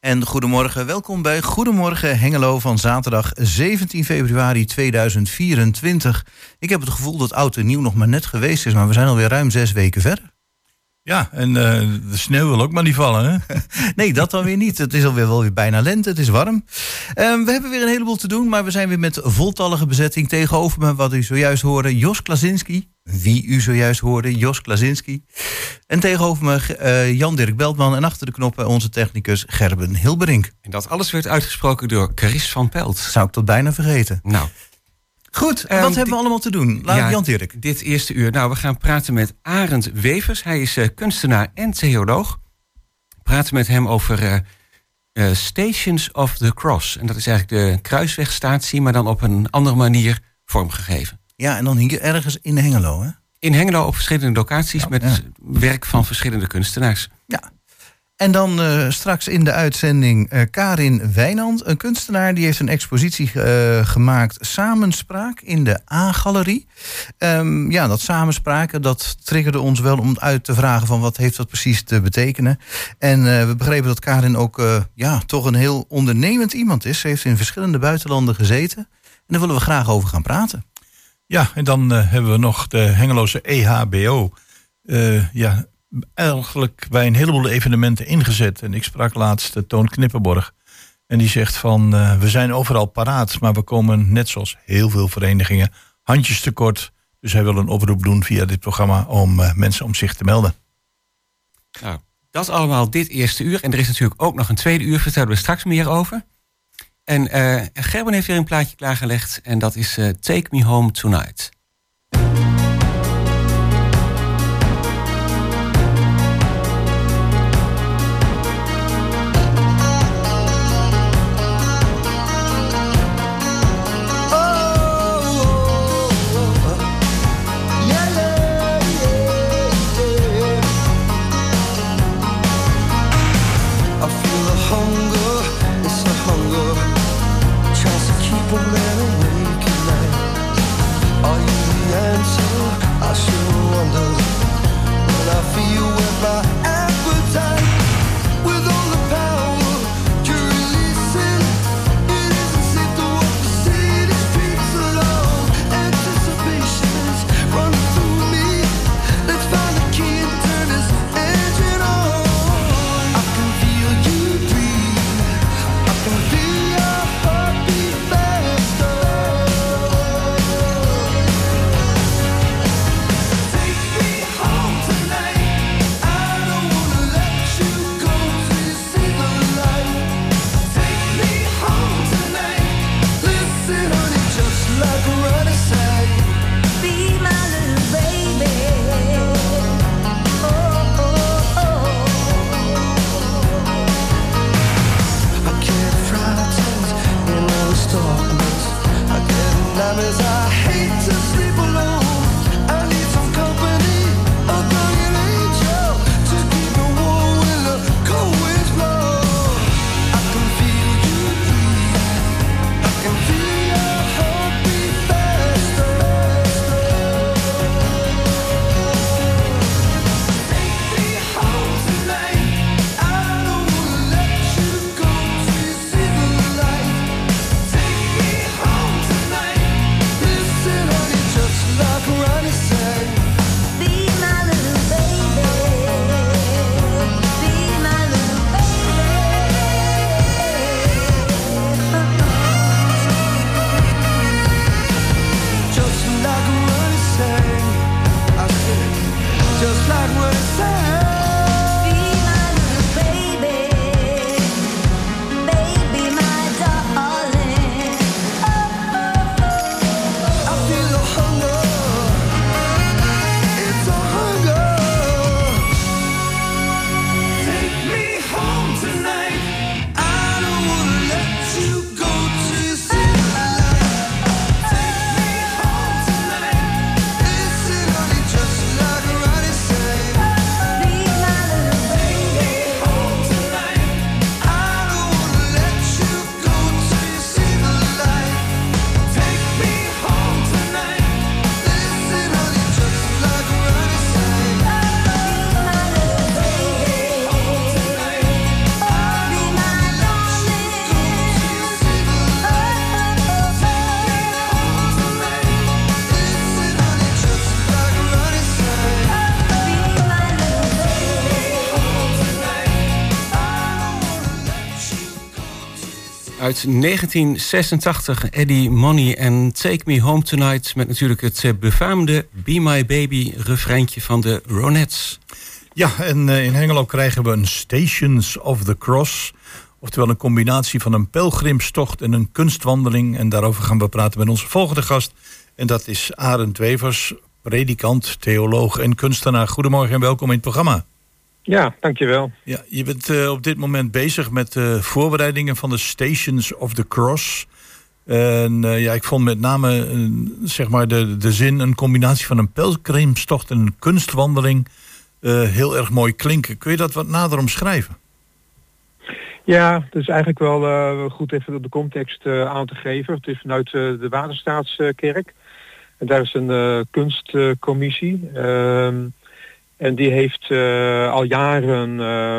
En goedemorgen, welkom bij Goedemorgen Hengelo van zaterdag 17 februari 2024. Ik heb het gevoel dat oud en nieuw nog maar net geweest is, maar we zijn alweer ruim 6 weken verder. Ja, en de sneeuw wil ook maar niet vallen, hè? Nee, dat dan weer niet. Het is alweer wel weer bijna lente, het is warm. We hebben weer een heleboel te doen, maar we zijn weer met voltallige bezetting. Tegenover me, wat u zojuist hoorde, Jos Klasinski. Wie u zojuist hoorde, Jos Klasinski. En tegenover me Jan-Dirk Beltman en achter de knoppen onze technicus Gerben Hilberink. En dat alles werd uitgesproken door Caris van Pelt. Zou ik tot bijna vergeten. Nou. Goed, wat hebben we allemaal te doen? Jan-Dirk. Dit eerste uur. Nou, we gaan praten met Arend Wevers. Hij is kunstenaar en theoloog. We praten met hem over Stations of the Cross. En dat is eigenlijk de kruiswegstatie, maar dan op een andere manier vormgegeven. Ja, en dan hier ergens in Hengelo, hè? In Hengelo op verschillende locaties met werk van verschillende kunstenaars. Ja. En dan straks in de uitzending Karin Wijnand, een kunstenaar die heeft een expositie gemaakt, Samenspraak, in de A-galerie. Dat samenspraken, dat triggerde ons wel om uit te vragen van wat heeft dat precies te betekenen. En we begrepen dat Karin ook toch een heel ondernemend iemand is. Ze heeft in verschillende buitenlanden gezeten. En daar willen we graag over gaan praten. Ja, en dan hebben we nog de Hengeloze EHBO. Eigenlijk bij een heleboel evenementen ingezet. En ik sprak laatst Toon Knippenborg. En die zegt van, we zijn overal paraat, maar we komen net zoals heel veel verenigingen handjes tekort. Dus hij wil een oproep doen via dit programma om mensen om zich te melden. Nou, dat is allemaal dit eerste uur. En er is natuurlijk ook nog een tweede uur, vertellen we straks meer over. En Gerben heeft weer een plaatje klaargelegd. En dat is Take Me Home Tonight. Faster Uit 1986, Eddie Money en Take Me Home Tonight... met natuurlijk het befaamde Be My Baby refreintje van de Ronettes. Ja, en in Hengelo krijgen we een Stations of the Cross. Oftewel een combinatie van een pelgrimstocht en een kunstwandeling. En daarover gaan we praten met onze volgende gast. En dat is Arend Wevers, predikant, theoloog en kunstenaar. Goedemorgen en welkom in het programma. Ja, dankjewel. Ja, je bent op dit moment bezig met voorbereidingen van de Stations of the Cross. En ik vond met name zeg maar de zin, een combinatie van een pelgrimstocht en een kunstwandeling heel erg mooi klinken. Kun je dat wat nader omschrijven? Ja, het is eigenlijk wel goed even de context aan te geven. Het is vanuit de Waterstaatskerk. En daar is een kunstcommissie. En die heeft al jaren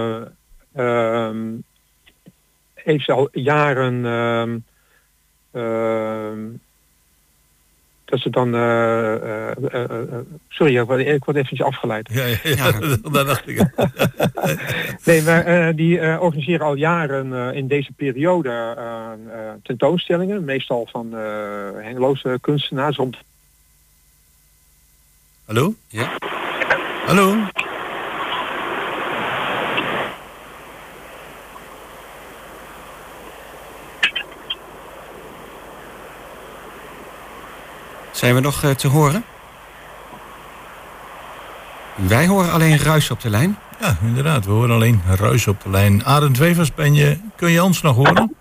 dat ze dan... sorry, ik word eventjes afgeleid. Ja. Dat dacht ik. Nee, maar die organiseren al jaren in deze periode tentoonstellingen. Meestal van Hengeloze kunstenaars. Hallo? Ja. Hallo? Zijn we nog te horen? Wij horen alleen ruis op de lijn. Ja, inderdaad. We horen alleen ruis op de lijn. Arend Wevers, kun je ons nog horen?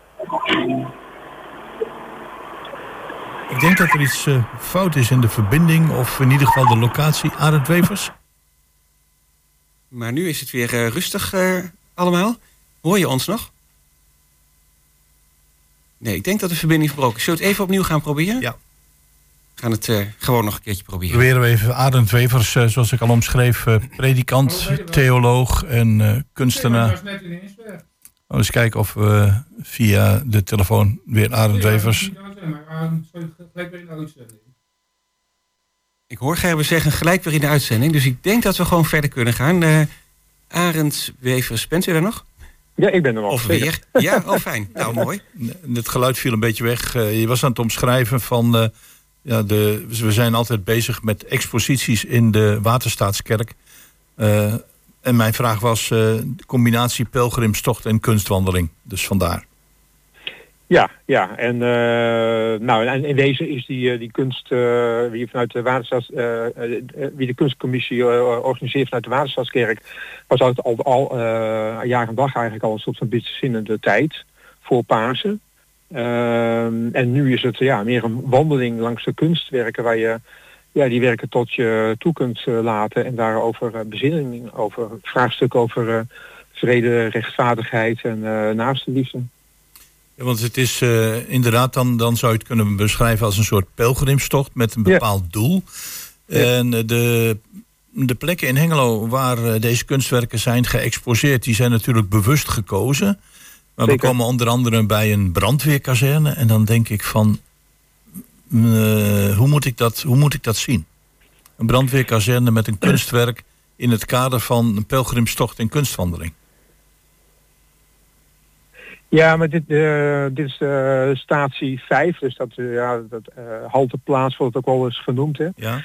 Ik denk dat er iets fout is in de verbinding. Of in ieder geval de locatie. Arend Wevers? Maar nu is het weer rustig allemaal. Hoor je ons nog? Nee, ik denk dat de verbinding verbroken is. Zullen we het even opnieuw gaan proberen? Ja. We gaan het gewoon nog een keertje proberen. Proberen we even. Arend Wevers, zoals ik al omschreef, predikant, theoloog en kunstenaar. Eens kijken of we via de telefoon weer Arend Wevers... Ik hoor Gerben zeggen gelijk weer in de uitzending. Dus ik denk dat we gewoon verder kunnen gaan. Arend Wevers, bent u daar nog? Ja, ik ben er wel. Of weer? Ja, oh fijn. Nou, mooi. Het geluid viel een beetje weg. Je was aan het omschrijven van... we zijn altijd bezig met exposities in de Waterstaatskerk. En mijn vraag was de combinatie pelgrimstocht en kunstwandeling. Dus vandaar. Ja. En in deze is die kunst, wie vanuit de wie de kunstcommissie organiseert vanuit de Waterstaatskerk, was al jaar en dag eigenlijk al een soort van bezinnende tijd voor Pasen. En nu is het meer een wandeling langs de kunstwerken waar je die werken tot je toe kunt laten en daarover bezinning, over vraagstukken over vrede, rechtvaardigheid en naaste liefde. Ja, want het is inderdaad, dan zou je het kunnen beschrijven als een soort pelgrimstocht met een bepaald doel. Ja. En de plekken in Hengelo waar deze kunstwerken zijn geëxposeerd, die zijn natuurlijk bewust gekozen. Maar we komen onder andere bij een brandweerkazerne en dan denk ik van, hoe moet ik dat zien? Een brandweerkazerne met een kunstwerk in het kader van een pelgrimstocht en kunstwandeling. Ja, maar dit is statie 5, dus dat halteplaats wordt ook wel eens genoemd. Hè? Ja.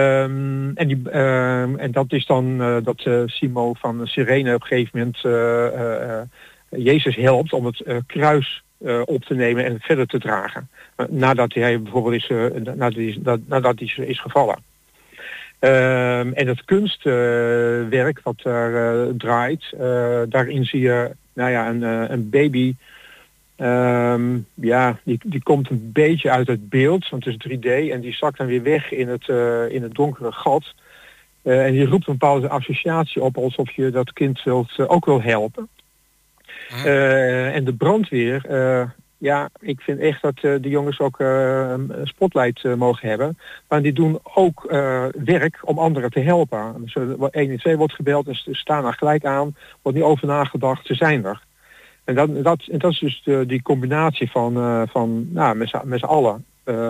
En dat is dan dat Simo van Cyrene op een gegeven moment Jezus helpt om het kruis op te nemen en verder te dragen. Nadat hij bijvoorbeeld nadat hij is gevallen. En het kunstwerk wat daar draait, daarin zie je een baby. Die komt een beetje uit het beeld, want het is 3D en die zakt dan weer weg in het donkere gat. En die roept een bepaalde associatie op alsof je dat kind ook wil helpen. En de brandweer, ik vind echt dat de jongens ook een spotlight mogen hebben. Maar die doen ook werk om anderen te helpen. Dus 112 wordt gebeld en ze staan er gelijk aan. Wordt niet over nagedacht, ze zijn er. En dat is dus die combinatie van met z'n allen.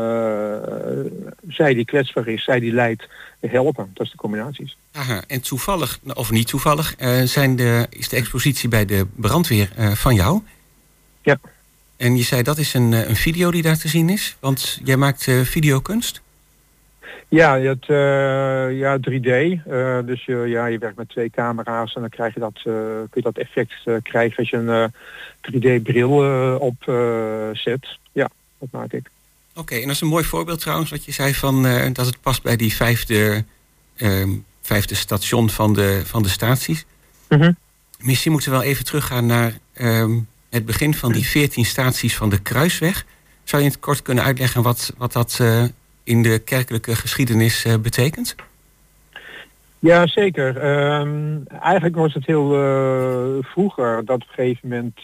Zij die kwetsbaar is, zij die lijdt, helpen. Dat is de combinaties. Aha, en toevallig, of niet toevallig, is de expositie bij de brandweer van jou? Ja. En je zei dat is een video die daar te zien is. Want jij maakt videokunst? Ja, ja 3D. Dus je werkt met 2 camera's en dan krijg je kun je dat effect krijgen als je een 3D-bril opzet. Ja, dat maak ik. Oké, en dat is een mooi voorbeeld trouwens wat je zei van dat het past bij die vijfde station van de staties. Mm-hmm. Misschien moeten we wel even teruggaan naar het begin van die 14 staties van de Kruisweg. Zou je in het kort kunnen uitleggen wat dat in de kerkelijke geschiedenis betekent? Ja, zeker. Eigenlijk was het heel vroeger dat op een gegeven moment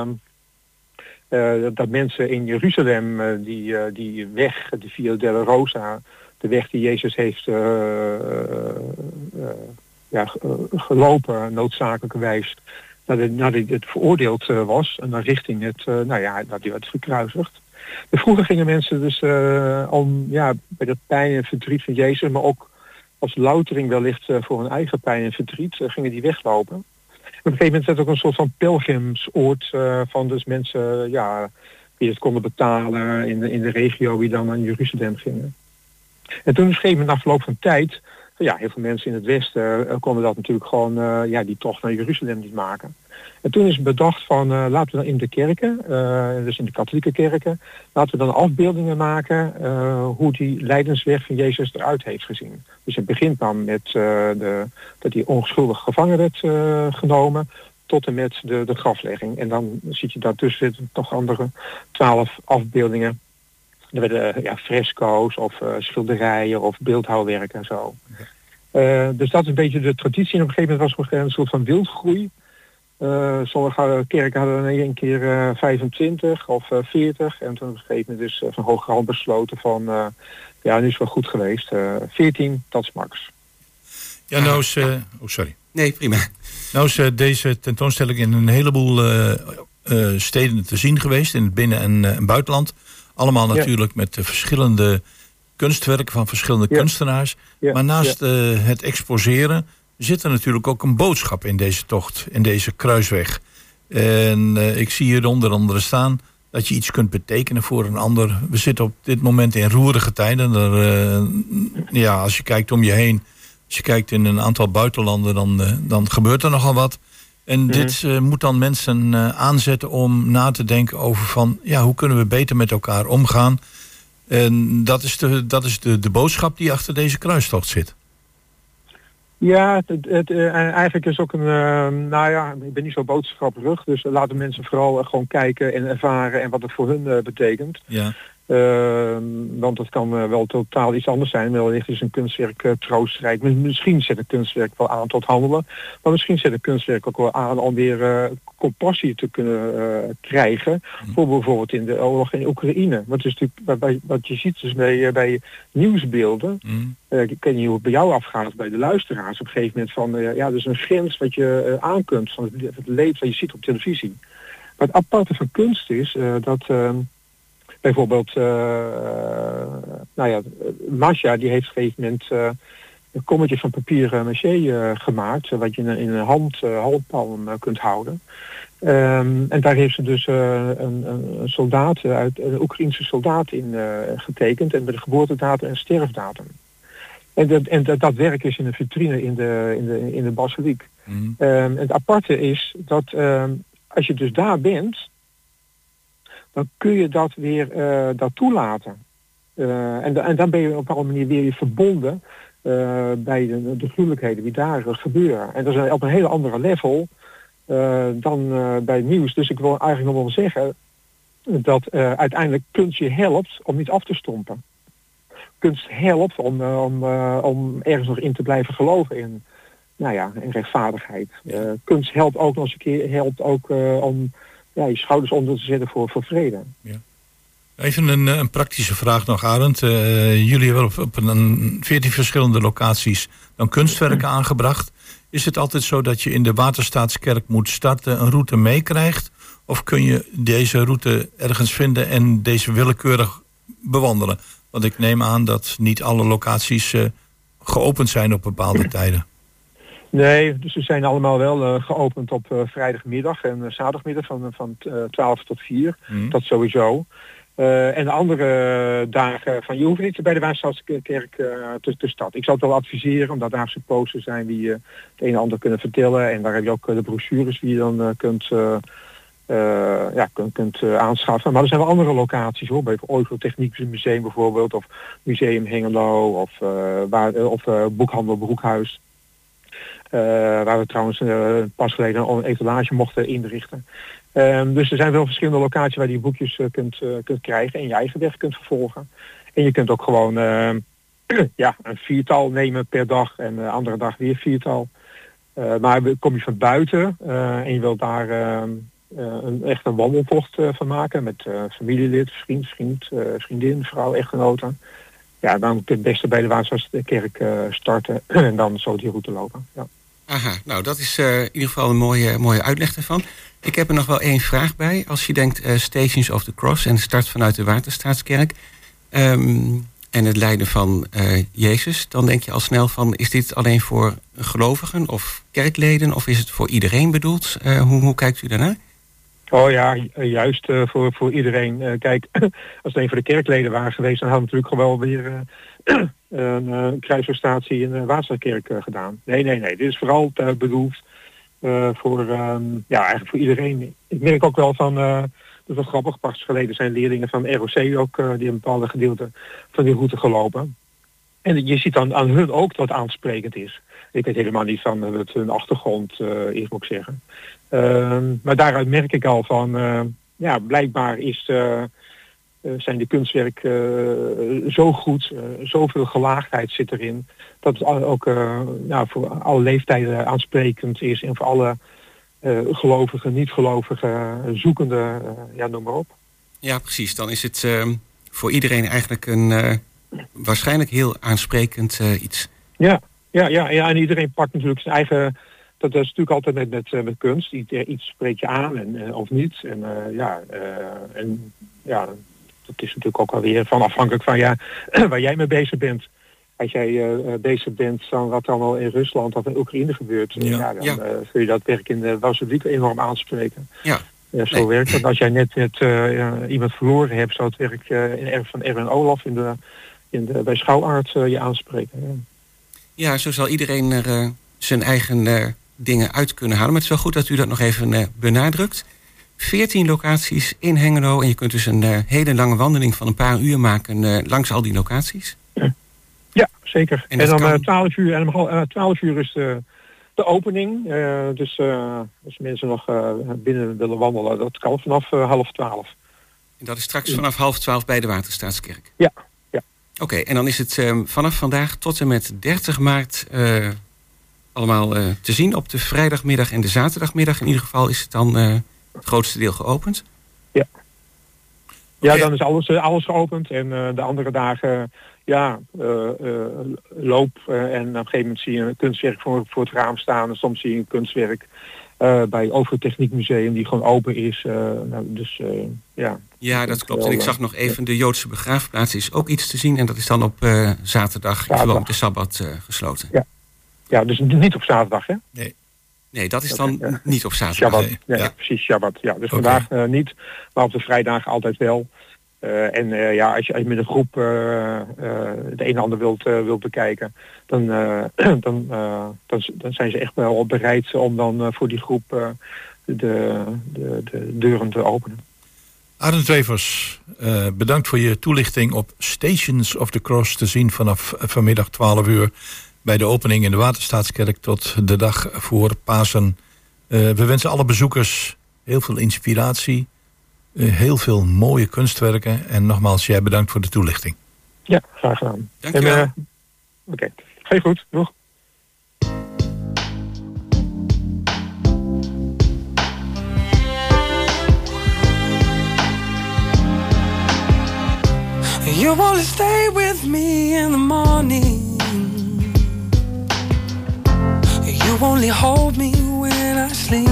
dat mensen in Jeruzalem die weg, de Via della Rosa, de weg die Jezus heeft gelopen, noodzakelijkerwijs, nadat het veroordeeld was en dan richting het, dat hij werd gekruisigd. Vroeger gingen mensen dus bij dat pijn en verdriet van Jezus, maar ook als loutering wellicht voor hun eigen pijn en verdriet, gingen die weglopen. En op een gegeven moment werd het ook een soort van pelgrimsoord van dus mensen die het konden betalen in de regio die dan naar Jeruzalem gingen. En toen op een gegeven moment, na verloop van tijd, heel veel mensen in het Westen konden dat natuurlijk gewoon die tocht naar Jeruzalem niet maken. En toen is bedacht van laten we dan in de kerken, dus in de katholieke kerken, laten we dan afbeeldingen maken hoe die lijdensweg van Jezus eruit heeft gezien. Dus het begint dan met dat hij onschuldig gevangen werd genomen tot en met de graflegging. En dan ziet je daartussen nog andere 12 afbeeldingen. Er werden fresco's of schilderijen of beeldhouwwerk en zo. Okay. Dus dat is een beetje de traditie. En op een gegeven moment was er een soort van wildgroei. Sommige kerken hadden in één keer 25 of 40. En toen op een gegeven moment dus van hoge hand besloten van nu is het wel goed geweest. 14, dat is max. Ja, nou is... sorry. Nee, prima. Nou is deze tentoonstelling in een heleboel steden te zien geweest. In het binnen- en buitenland. Allemaal natuurlijk met verschillende kunstwerken van verschillende kunstenaars. Ja. Maar naast het exposeren zit er natuurlijk ook een boodschap in deze tocht, in deze kruisweg. En ik zie hier onder andere staan dat je iets kunt betekenen voor een ander. We zitten op dit moment in roerige tijden. Als je kijkt om je heen, als je kijkt in een aantal buitenlanden, dan gebeurt er nogal wat. En dit moet dan mensen aanzetten om na te denken over van, hoe kunnen we beter met elkaar omgaan. En dat is de boodschap die achter deze kruistocht zit. Ja, eigenlijk is ook ik ben niet zo boodschapperig, dus laten mensen vooral gewoon kijken en ervaren en wat het voor hun betekent. Ja. Want het kan wel totaal iets anders zijn. Wellicht is een kunstwerk troostrijk. Misschien zet een kunstwerk wel aan tot handelen. Maar misschien zet een kunstwerk ook wel aan om weer compassie te kunnen krijgen. Voor bijvoorbeeld in de oorlog in Oekraïne. Want het is natuurlijk wat je ziet dus bij nieuwsbeelden. Ik weet niet hoe het bij jou afgaat bij de luisteraars. Op een gegeven moment van er is een grens wat je aan kunt van het leed wat je ziet op televisie. Maar het aparte van kunst is dat bijvoorbeeld, Masha die heeft op een gegeven moment een kommetje van papier maché gemaakt, wat je in een handpalm kunt houden. En daar heeft ze dus een soldaat, een Oekraïense soldaat in getekend en met de geboortedatum en sterfdatum. En dat werk is in een vitrine in de basiliek. En het aparte is dat als je dus daar bent, dan kun je dat weer dat toelaten. En dan ben je op een bepaalde manier weer verbonden bij de gruwelijkheden die daar gebeuren. En dat is op een hele andere level dan bij het nieuws. Dus ik wil eigenlijk nog wel zeggen dat uiteindelijk kunst je helpt om niet af te stompen. Kunst helpt om ergens nog in te blijven geloven in rechtvaardigheid. Kunst helpt ook nog eens een keer om je schouders onder te zetten voor vrede. Ja. Even een praktische vraag nog, Arend. Jullie hebben op 14 verschillende locaties dan kunstwerken aangebracht. Is het altijd zo dat je in de Waterstaatskerk moet starten, een route meekrijgt? Of kun je deze route ergens vinden en deze willekeurig bewandelen? Want ik neem aan dat niet alle locaties geopend zijn op bepaalde tijden. Nee, dus ze zijn allemaal wel geopend op vrijdagmiddag en zaterdagmiddag van 12 tot 4. Dat sowieso. En de andere dagen je hoeft niet bij de Waterstaatskerk te starten. Ik zou het wel adviseren, omdat daar posters zijn die het een en ander kunnen vertellen. En daar heb je ook de brochures die je dan kunt aanschaffen. Maar er zijn wel andere locaties hoor, bij het Oigo-Techniek Museum bijvoorbeeld, of Museum Hengelo, of Boekhandel Broekhuis. Waar we trouwens pas geleden een etalage mochten inrichten. Dus er zijn wel verschillende locaties waar je die boekjes kunt krijgen en je eigen weg kunt vervolgen. En je kunt ook gewoon een 4-tal nemen per dag en de andere dag weer 4-tal. Maar kom je van buiten en je wilt daar echt een wandeltocht van maken met familielid, vriendin, vrouw, echtgenote. Ja, dan kun je het beste bij de Waterstaatskerk starten en dan zo die route lopen. Ja. Aha, nou dat is in ieder geval een mooie uitleg ervan. Ik heb er nog wel één vraag bij. Als je denkt Stations of the Cross en de start vanuit de Waterstaatskerk en het lijden van Jezus, dan denk je al snel van, is dit alleen voor gelovigen of kerkleden of is het voor iedereen bedoeld? Hoe kijkt u daarnaar? Oh ja, juist voor iedereen. Kijk, als het alleen voor de kerkleden waren geweest, dan hadden we natuurlijk gewoon weer een kruisverstatie in de Waterstaatskerk gedaan. Nee. Dit is vooral bedoeld eigenlijk voor iedereen. Ik merk ook wel van, dat is wel grappig, pas geleden zijn leerlingen van ROC ook die een bepaalde gedeelte van die route gelopen. En je ziet dan aan hun ook dat aansprekend is. Ik weet helemaal niet van wat hun achtergrond is, moet ik zeggen. Maar daaruit merk ik al van, blijkbaar zijn de kunstwerken zo goed, zoveel gelaagdheid zit erin, dat het ook voor alle leeftijden aansprekend is en voor alle gelovigen, niet-gelovigen, zoekenden, noem maar op. Ja, precies. Dan is het voor iedereen eigenlijk een waarschijnlijk heel aansprekend iets. Ja, en iedereen pakt natuurlijk zijn eigen. Dat is natuurlijk altijd met kunst. Iets spreekt je aan of niet. Dat is natuurlijk ook alweer van afhankelijk van waar jij mee bezig bent. Als jij bezig bent van wat dan al in Rusland of in Oekraïne gebeurt, dan zul je dat werk in de Waterstaatskerk enorm aanspreken. Ja, zo werkt het. Als jij net iemand verloren hebt, zou het werk van Erwin Olaf bij Schouwaard je aanspreken. Ja, zo zal iedereen er zijn eigen dingen uit kunnen halen. Maar het is wel goed dat u dat nog even benadrukt. 14 locaties in Hengelo en je kunt dus een hele lange wandeling van een paar uur maken langs al die locaties. Ja, zeker. En dan 12 uur en om 12 uur is de opening. Dus als mensen nog binnen willen wandelen, dat kan vanaf 11:30. En dat is straks vanaf 11:30 bij de Waterstaatskerk? Ja. Oké, en dan is het vanaf vandaag tot en met 30 maart allemaal te zien op de vrijdagmiddag en de zaterdagmiddag. In ieder geval is het dan het grootste deel geopend? Ja. Ja, dan is alles geopend. En de andere dagen, loop. En op een gegeven moment zie je een kunstwerk voor het raam staan. En soms zie je een kunstwerk bij Oigo Techniek Museum die gewoon open is. Ja, dat klopt. En ik zag nog even, de Joodse begraafplaats is ook iets te zien. En dat is dan op zaterdag, gewoon op de Sabbat gesloten. Ja, dus niet op zaterdag, hè? Nee, dat is dan niet op zaterdag. Shabbat, precies, Shabbat. Ja, dus vandaag niet, maar op de vrijdagen altijd wel. Als je met een groep het een en ander wilt bekijken, dan zijn ze echt wel bereid om dan voor die groep de deuren te openen. Arend Wevers, bedankt voor je toelichting op Stations of the Cross te zien vanaf vanmiddag 12 uur bij de opening in de Waterstaatskerk tot de dag voor Pasen. We wensen alle bezoekers heel veel inspiratie, heel veel mooie kunstwerken en nogmaals, jij bedankt voor de toelichting. Ja, graag gedaan. Dank je wel. Oké, heel goed. Doeg. You wanna stay with me in the morning. You only hold me when I sleep.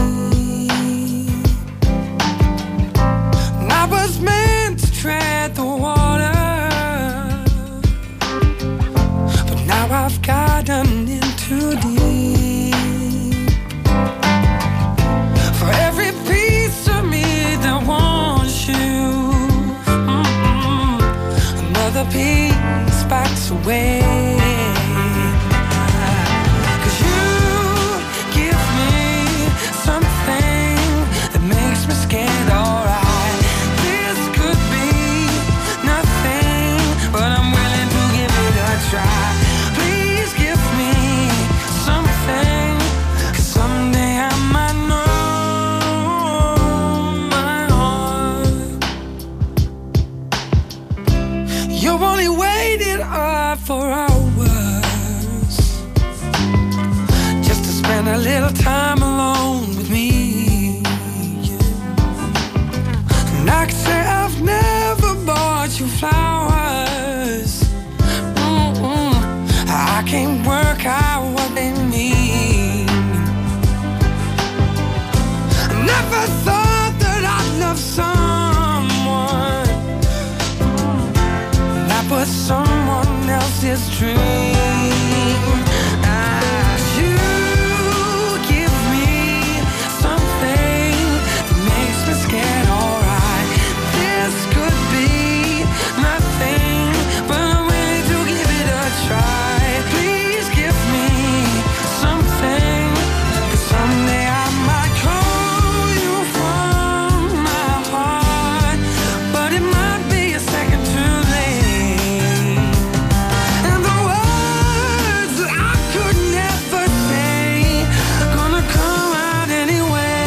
And I was meant to tread the water, but now I've gotten in too deep. the peace backs away. 'Cause you give me something that makes me scared, alright. This could be nothing, but I'm willing to give it a try. Please give me something, 'cause someday I might know my heart. You only waited up for hours just to spend a little time alone with me. And I could say I've never bought you flowers. I can't work out what they mean. I never thought that I'd love someone that was someone else's dream. You give me something that makes me scared, alright. This could be nothing, but I'm willing to give it a try. Please give me something, 'cause someday I might call you from my heart, but it might be a second too late. And the words that I could never say gonna come out anyway.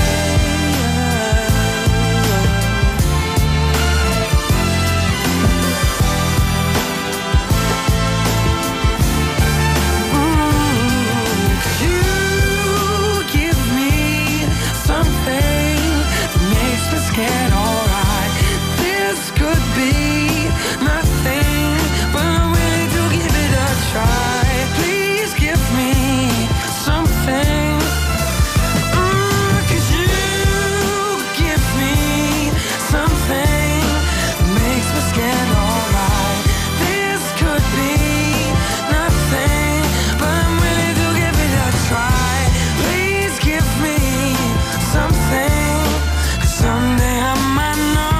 You give me something that makes me scared, alright. This could be nothing, but I'm willing to give it a try. Please give me something, 'cause you give me something that makes me scared, alright. This could be nothing, but I'm willing to give it a try. Please give me something, 'cause someday I might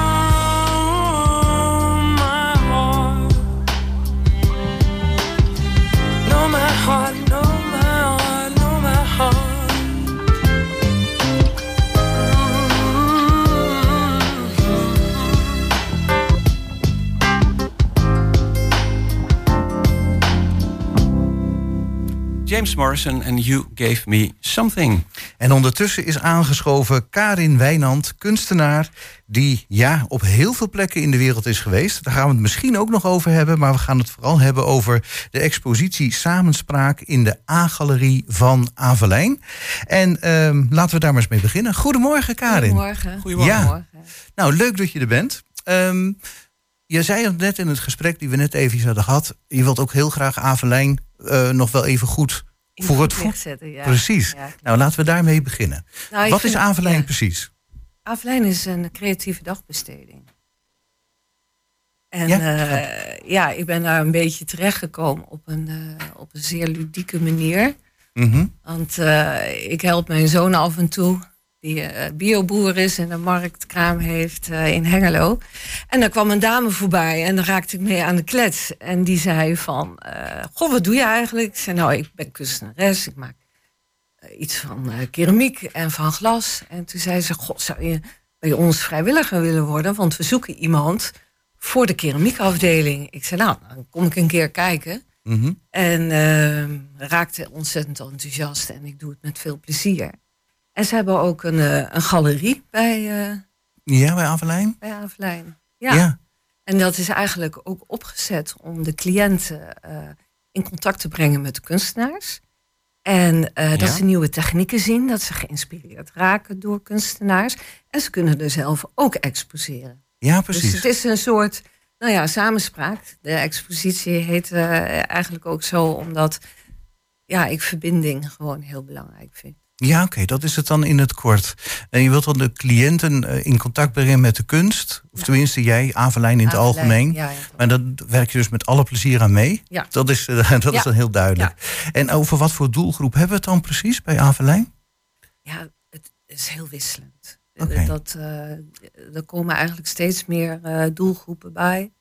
know my heart. Know my heart, know my heart, know my heart. James Morrison and You Gave Me Something. En ondertussen is aangeschoven Karin Wijnand, kunstenaar die op heel veel plekken in de wereld is geweest. Daar gaan we het misschien ook nog over hebben, maar we gaan het vooral hebben over de expositie Samenspraak in de A-galerie van Avelijn. En laten we daar maar eens mee beginnen. Goedemorgen, Karin. Goedemorgen. Ja. Nou, leuk dat je er bent. Je zei het net in het gesprek die we net even hadden gehad. Je wilt ook heel graag Avelijn nog wel even goed voor het voet zetten. Ja. Precies. Ja, klopt. Nou, laten we daarmee beginnen. Nou, Wat is Avelijn precies? Avelijn is een creatieve dagbesteding. En ik ben daar een beetje terechtgekomen op een zeer ludieke manier. Mm-hmm. Want ik help mijn zoon af en toe, die bioboer is en een marktkraam heeft in Hengelo. En daar kwam een dame voorbij en daar raakte ik mee aan de klets. En die zei van, goh, wat doe je eigenlijk? Ik zei, nou, ik ben kunstenares, ik maak iets van keramiek en van glas. En toen zei ze, god, zou je bij ons vrijwilliger willen worden? Want we zoeken iemand voor de keramiekafdeling. Ik zei, nou, dan kom ik een keer kijken. Mm-hmm. En raakte ontzettend enthousiast en ik doe het met veel plezier. En ze hebben ook een galerie bij Avelijn? Bij Avelijn. Ja. En dat is eigenlijk ook opgezet om de cliënten in contact te brengen met de kunstenaars. En dat ze nieuwe technieken zien, dat ze geïnspireerd raken door kunstenaars. En ze kunnen er zelf ook exposeren. Ja, precies. Dus het is een soort samenspraak. De expositie heet eigenlijk ook zo omdat ik verbinding gewoon heel belangrijk vind. Ja, oké, dat is het dan in het kort. En je wilt dan de cliënten in contact brengen met de kunst. Of tenminste jij, Avelijn in het algemeen. Ja, maar daar werk je dus met alle plezier aan mee. Ja. Dat is dan heel duidelijk. Ja. En over wat voor doelgroep hebben we het dan precies bij Avelijn? Ja, het is heel wisselend. Okay. Er komen eigenlijk steeds meer doelgroepen bij.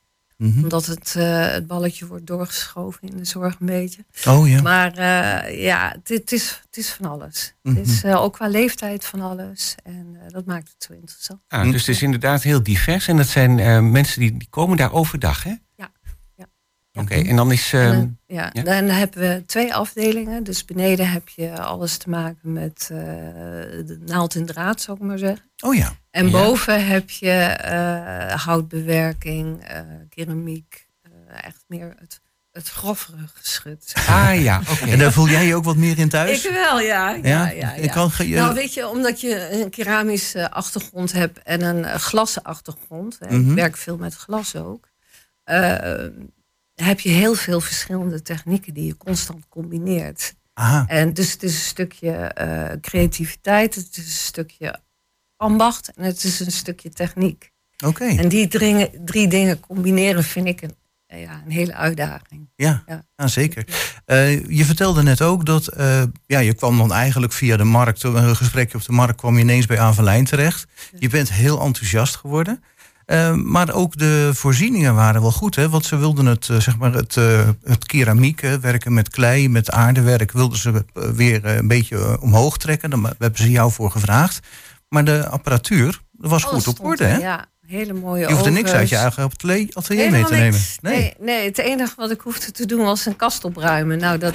Omdat het balletje wordt doorgeschoven in de zorg een beetje. Oh ja. Maar het is van alles. Het is ook qua leeftijd van alles. En dat maakt het zo interessant. Dus het is inderdaad heel divers. En dat zijn mensen die komen daar overdag, hè? Ja. Oké, en dan is... Dan hebben we 2 afdelingen. Dus beneden heb je alles te maken met de naald en draad, zou ik maar zeggen. Oh ja. En boven heb je houtbewerking, keramiek. Echt meer het grovere geschut. Oké. En daar voel jij je ook wat meer in thuis? Ik wel, ja. Nou, weet je, omdat je een keramische achtergrond hebt en een glassen achtergrond. Ik werk veel met glas ook. Heb je heel veel verschillende technieken die je constant combineert. Aha. En dus het is een stukje creativiteit, het is een stukje ambacht en het is een stukje techniek. Oké. En die 3 dingen combineren vind ik een hele uitdaging. Ja, zeker. Je vertelde net ook dat je kwam dan eigenlijk via de markt, een gesprekje op de markt, kwam je ineens bij Avelijn terecht. Je bent heel enthousiast geworden. Maar ook de voorzieningen waren wel goed, hè? Want ze wilden het keramiek, werken met klei, met aardewerk, wilden ze weer een beetje omhoog trekken. Daar hebben ze jou voor gevraagd. Maar de apparatuur was goed op orde, hè? Ja, hele mooie. Je hoefde niks uit je eigen atelier mee te nemen. Nee, het enige wat ik hoefde te doen was een kast opruimen. Nou, dat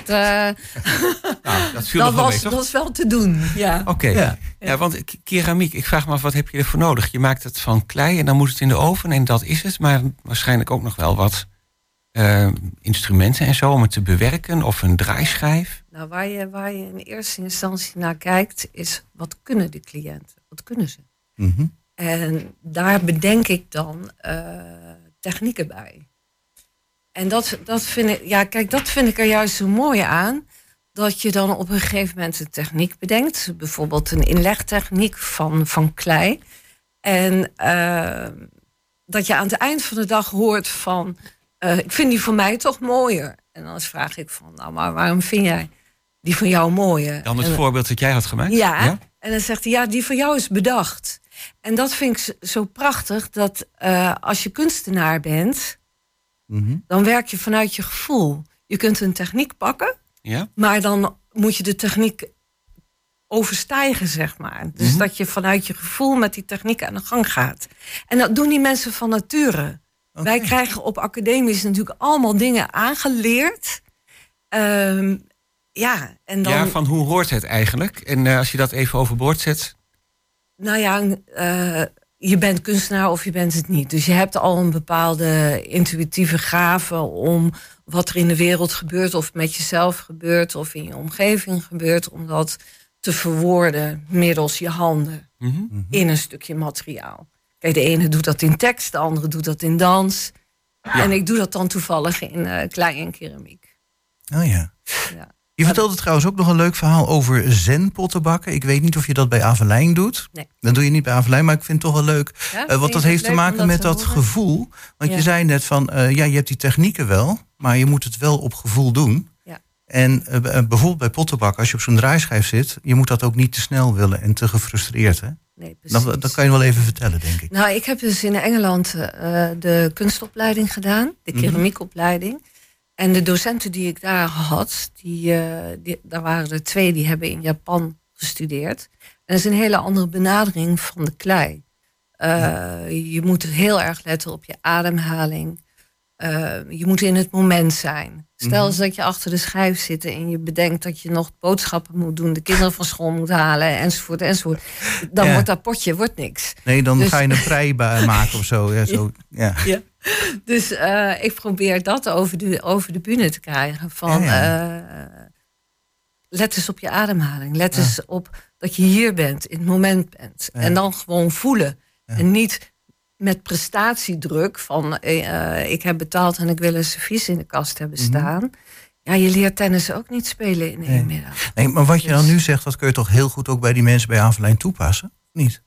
was wel te doen. Ja. Oké. Ja, want keramiek, ik vraag me af, wat heb je ervoor nodig? Je maakt het van klei en dan moet het in de oven en dat is het. Maar waarschijnlijk ook nog wel wat instrumenten en zo om het te bewerken of een draaischijf. Nou, waar je in eerste instantie naar kijkt is, wat kunnen de cliënten? Wat kunnen ze? En daar bedenk ik dan technieken bij. En dat vind ik er juist zo mooi aan. Dat je dan op een gegeven moment een techniek bedenkt. Bijvoorbeeld een inlegtechniek van klei. En dat je aan het eind van de dag hoort van... ik vind die van mij toch mooier. En dan vraag ik van, nou, maar waarom vind jij die van jou mooier? Dan het voorbeeld dat jij had gemaakt? Ja, en dan zegt hij, die van jou is bedacht. En dat vind ik zo prachtig, dat als je kunstenaar bent... dan werk je vanuit je gevoel. Je kunt een techniek pakken, maar dan moet je de techniek overstijgen, zeg maar. Dus dat je vanuit je gevoel met die techniek aan de gang gaat. En dat doen die mensen van nature. Okay. Wij krijgen op academies natuurlijk allemaal dingen aangeleerd... en dan... van hoe hoort het eigenlijk? En als je dat even overboord zet... Nou ja, je bent kunstenaar of je bent het niet. Dus je hebt al een bepaalde intuïtieve gave om wat er in de wereld gebeurt... of met jezelf gebeurt of in je omgeving gebeurt... om dat te verwoorden middels je handen in een stukje materiaal. Kijk, de ene doet dat in tekst, de andere doet dat in dans. Ja. En ik doe dat dan toevallig in klei en keramiek. Oh ja. Je vertelde trouwens ook nog een leuk verhaal over zenpottenbakken. Ik weet niet of je dat bij Avelijn doet. Nee. Dat doe je niet bij Avelijn, maar ik vind het toch wel leuk. Ja, want dat heeft te maken met dat gevoel. Want je zei net van, je hebt die technieken wel... maar je moet het wel op gevoel doen. Ja. En bijvoorbeeld bij pottenbakken, als je op zo'n draaischijf zit... je moet dat ook niet te snel willen en te gefrustreerd, hè? Nee, precies. Dat kan je wel even vertellen, denk ik. Nou, ik heb dus in Engeland de kunstopleiding gedaan. De keramiekopleiding. En de docenten die ik daar had, daar waren er 2 die hebben in Japan gestudeerd. En dat is een hele andere benadering van de klei. Je moet heel erg letten op je ademhaling. Je moet in het moment zijn. Stel eens dat je achter de schijf zit en je bedenkt dat je nog boodschappen moet doen, de kinderen van school moet halen, enzovoort, enzovoort. Dan wordt dat potje niks. Nee, dan ga je een prei maken of zo. Ja, zo. Ja. Ja. Dus ik probeer dat over de bühne te krijgen. Van, let eens op je ademhaling. Let eens op dat je hier bent, in het moment bent. En dan gewoon voelen. En niet met prestatiedruk van ik heb betaald en ik wil een servies in de kast hebben staan. Ja, je leert tennis ook niet spelen in 1 middag. Nee, maar wat je dan nu zegt, dat kun je toch heel goed ook bij die mensen bij Avelijn toepassen? Niet?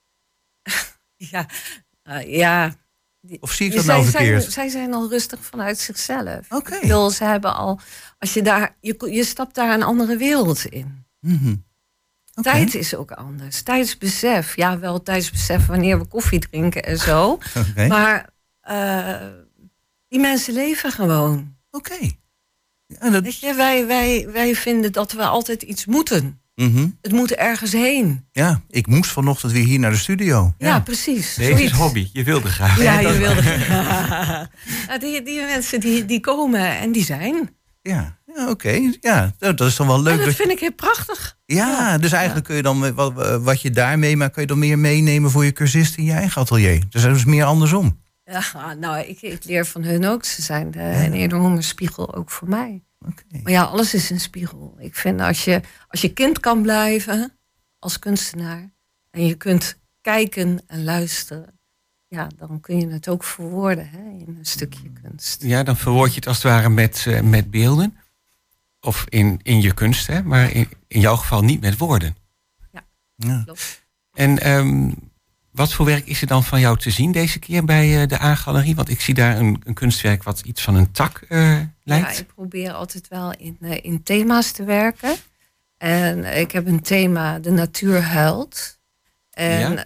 Ja. Of zie ik dat nou verkeerd? Zij zijn al rustig vanuit zichzelf. Okay. Ze hebben al, als je daar, je stapt daar een andere wereld in. Okay. Tijd is ook anders. Tijdsbesef. Ja, wel tijdsbesef wanneer we koffie drinken en zo. Okay. Maar Die mensen leven gewoon. Oké. Ja, dat... Weet je, wij vinden dat we altijd iets moeten. Mhm. Het moet ergens heen. Ja, ik moest vanochtend weer hier naar de studio. Ja, precies. Deze is Zoiets. hobby. Je wilde graag. Ja, je wilde. Ja, die mensen die komen en die zijn. Ja, oké. Ja, dat is dan wel leuk. En dat dat- vind ik heel prachtig. Ja, dus eigenlijk kun je dan wat je daarmee maakt, kun je dan meer meenemen voor je cursisten in je eigen atelier. Dus dat is meer andersom. Ja, nou, ik leer van hun ook. Ze zijn een enorme spiegel ook voor mij. Oké. Maar ja, alles is een spiegel. Ik vind als je kind kan blijven als kunstenaar en je kunt kijken en luisteren, ja, dan kun je het ook verwoorden in een stukje kunst. Ja, dan verwoord je het als het ware met beelden. Of in je kunst, hè? Maar in jouw geval niet met woorden. Ja. Klopt. En wat voor werk is er dan van jou te zien deze keer bij de A-galerie? Want ik zie daar een kunstwerk wat iets van een tak lijkt. Ja, ik probeer altijd wel in thema's te werken. En ik heb een thema, de natuur huilt. En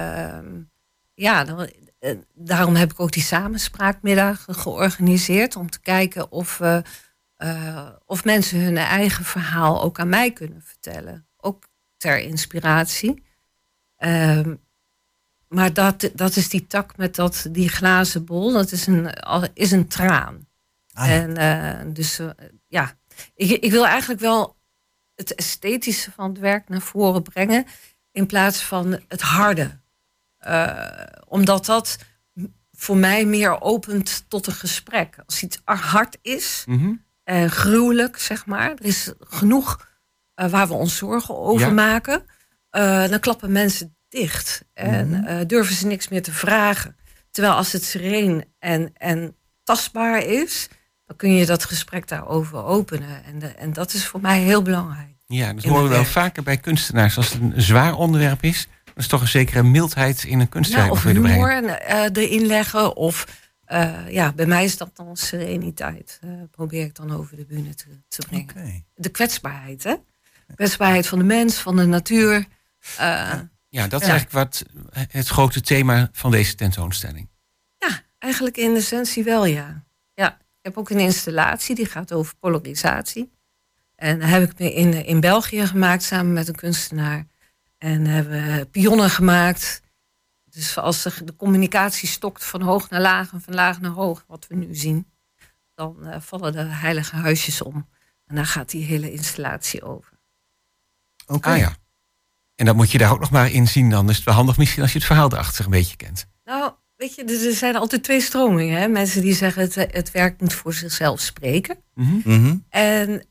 daarom heb ik ook die samenspraakmiddagen georganiseerd. Om te kijken of mensen hun eigen verhaal ook aan mij kunnen vertellen. Ook ter inspiratie. Maar dat is die tak met die glazen bol. Dat is een traan. Ah, ja. En ik wil eigenlijk wel het esthetische van het werk naar voren brengen. In plaats van het harde. Omdat dat voor mij meer opent tot een gesprek. Als iets hard is, gruwelijk zeg maar. Er is genoeg waar we ons zorgen over maken. Dan klappen mensen dicht. En durven ze niks meer te vragen. Terwijl als het sereen en tastbaar is, dan kun je dat gesprek daarover openen. En dat is voor mij heel belangrijk. Ja, dat in horen we het wel werk. vaker bij kunstenaars. Als het een zwaar onderwerp is, dan is toch een zekere mildheid in een kunstwerk Of willen humor brengen. erin leggen. Of bij mij is dat dan sereniteit. Probeer ik dan over de bühne te brengen. Oké. De kwetsbaarheid, hè? Kwetsbaarheid van de mens, van de natuur. Ja, dat is eigenlijk wat het grote thema van deze tentoonstelling. Ja, eigenlijk in essentie wel, ja. Ja, ik heb ook een installatie die gaat over polarisatie. En dat heb ik in België gemaakt samen met een kunstenaar. En hebben we pionnen gemaakt. Dus als de communicatie stokt van hoog naar laag en van laag naar hoog, wat we nu zien, dan vallen de heilige huisjes om. En daar gaat die hele installatie over. Oké. Ah ja. En dan moet je daar ook nog maar in zien. Dan is het wel handig misschien als je het verhaal erachter een beetje kent. Nou, weet je, er zijn altijd twee stromingen. Hè? Mensen die zeggen het werk moet voor zichzelf spreken. Mhm. En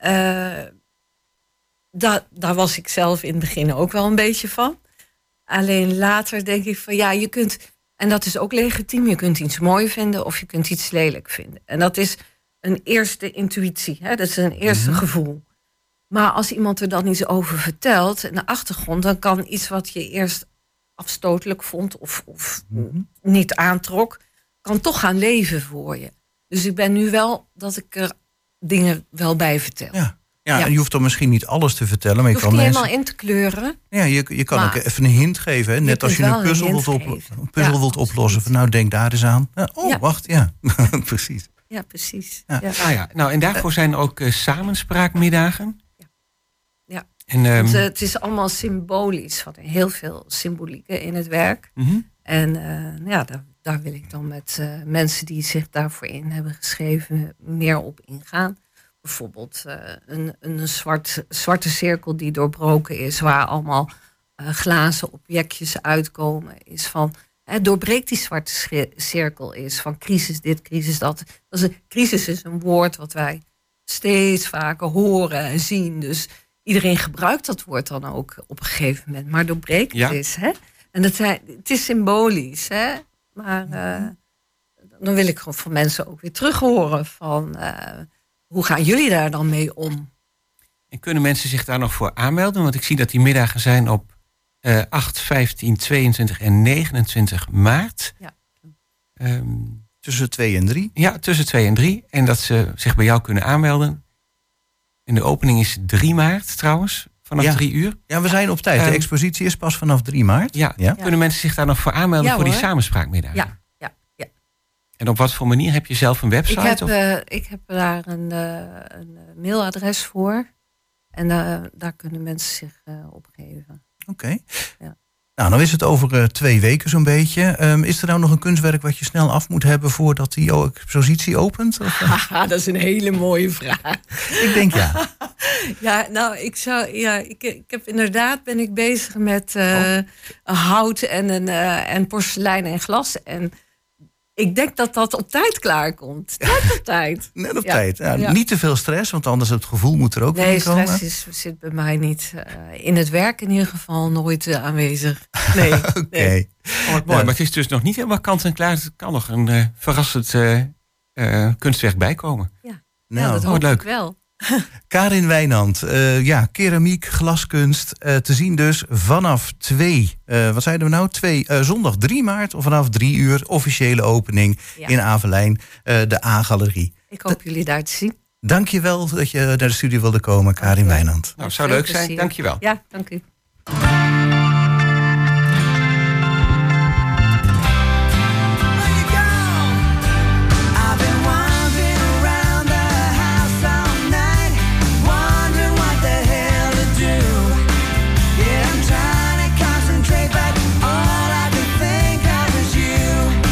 daar was ik zelf in het begin ook wel een beetje van. Alleen later denk ik van ja, je kunt, en dat is ook legitiem, je kunt iets mooi vinden of je kunt iets lelijk vinden. En dat is een eerste intuïtie, hè? Dat is een eerste gevoel. Maar als iemand er dan iets over vertelt in de achtergrond, dan kan iets wat je eerst afstotelijk vond of niet aantrok, kan toch gaan leven voor je. Dus ik ben nu wel dat ik er dingen wel bij vertel. Ja. Ja. En je hoeft dan misschien niet alles te vertellen, maar je Je hoeft kan niet mensen... helemaal in te kleuren. Ja, je kan Maar ook even een hint geven. Hè? Net kunt als je wel een een puzzel hint wilt, geven. een puzzel Ja, wilt absoluut. oplossen. Van, nou, denk daar eens aan. Ja. Wacht, ja. Precies. Ja, precies. Ja. Ja. Ah ja, nou en daarvoor zijn er ook samenspraakmiddagen. Ja. En, Want, het is allemaal symbolisch. Wat heel veel symbolieken in het werk. En daar wil ik dan met mensen die zich daarvoor in hebben geschreven meer op ingaan. Bijvoorbeeld een zwarte cirkel die doorbroken is, waar allemaal glazen objectjes uitkomen. Is van, doorbreek die zwarte cirkel is van crisis dit, crisis dat. Crisis is een woord wat wij steeds vaker horen en zien. Dus iedereen gebruikt dat woord dan ook op een gegeven moment. Maar doorbreek het is. Hè? En het is symbolisch. Hè? Maar dan wil ik gewoon van mensen ook weer terug horen van hoe gaan jullie daar dan mee om? En kunnen mensen zich daar nog voor aanmelden? Want ik zie dat die middagen zijn op 8, 15, 22 en 29 maart. Ja. Tussen 2 en 3. Ja, tussen 2 en 3. En dat ze zich bij jou kunnen aanmelden. En de opening is 3 maart trouwens, vanaf 3 uur. Ja, we zijn op tijd. De expositie is pas vanaf 3 maart. Ja. Kunnen mensen zich daar nog voor aanmelden voor die hoor. samenspraakmiddagen? Ja. En op wat voor manier? Heb je zelf een website? Ik heb daar een mailadres voor. En daar kunnen mensen zich opgeven. Oké. Ja. Nou, dan is het over 2 weken zo'n beetje. Is er nou nog een kunstwerk wat je snel af moet hebben voordat die expositie opent? Of, Haha, dat is een hele mooie vraag. Ik denk ja. Ja, nou, ik heb inderdaad ben ik bezig met hout en porselein en glas. En ik denk dat dat op tijd klaarkomt. Net op tijd. Net op Ja. tijd. Ja, Ja. Niet te veel stress, want anders het gevoel moet er ook Nee, in komen. stress zit bij mij niet. In het werk in ieder geval nooit aanwezig. Nee. Oké. Nee. Oh, wat mooi. Maar het is dus nog niet helemaal kant en klaar. Er kan nog een verrassend kunstwerk bijkomen. Ja, Nou, dat wat hoop leuk. ik wel. Karin Wijnand, keramiek, glaskunst. Te zien dus vanaf wat zeiden we nou? Zondag 3 maart of vanaf 3 uur officiële opening Ja. in Avelijn, de A-galerie. Ik hoop jullie daar te zien. Dank je wel dat je naar de studio wilde komen, Karin Wijnand. Nou, zou Veel leuk zijn. plezier. Dankjewel. Ja, dank u. I've been wandering around the house all night, wondering what the hell to do. Yeah, I'm trying to concentrate, but all I can think of is you.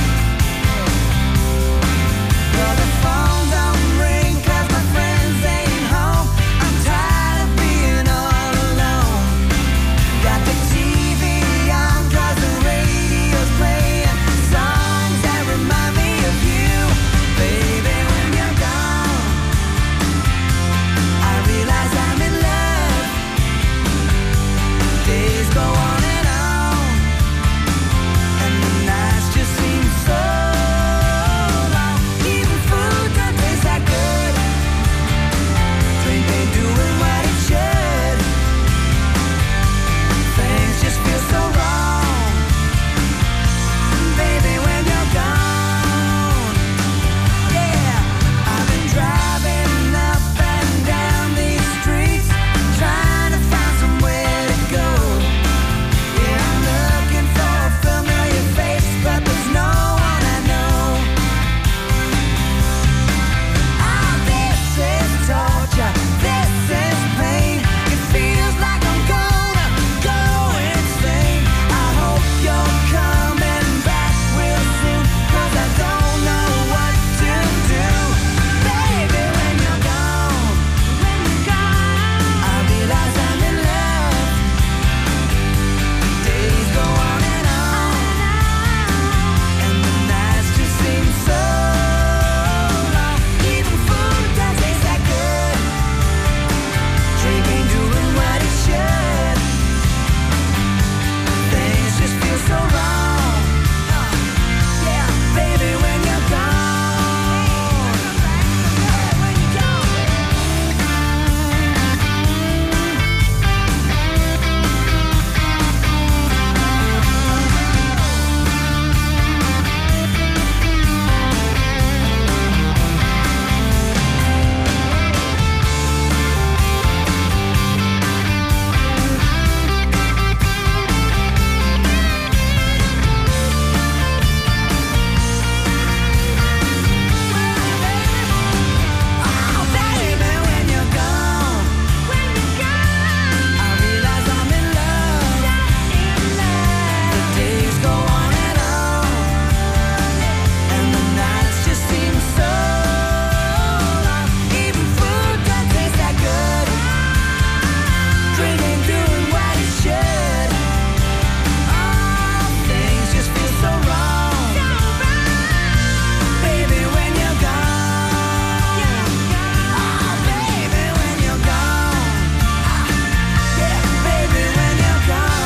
Well, the phone don't ring 'cause my friends ain't home. I'm tired of being all alone. Got the TV on 'cause the radio's playing songs that remind me of you. Baby, when you're gone, I realize I'm in love. Days go on, and the nights just seem so long. Even food don't taste that good. Drink ain't doing what it should. Things just feel so wrong. Baby, when you're gone. Yeah, I've been driving up and down these streets, trying to find somewhere to go. Yeah, I'm looking for a familiar face, but there's no one I know. Oh, this is torture, this is pain. It feels like I'm gonna go insane. I hope you're coming back real soon, 'cause I don't know what to do. Baby, when you're gone, I realize I'm in love. Days go on, and the nights just seem so long. Even food that tastes that good. Drink ain't doing what it should. Things just feel so wrong. Yeah, baby, when you're gone. When you're gone. Oh, baby, when you're gone, I realize I'm in love. The days go on, and the nights just seem so long. Even food don't taste that good. Drink ain't doing what it should. Oh, things just feel so wrong. Baby, when you're gone. Oh, baby, when you're gone. Yeah, baby, when you're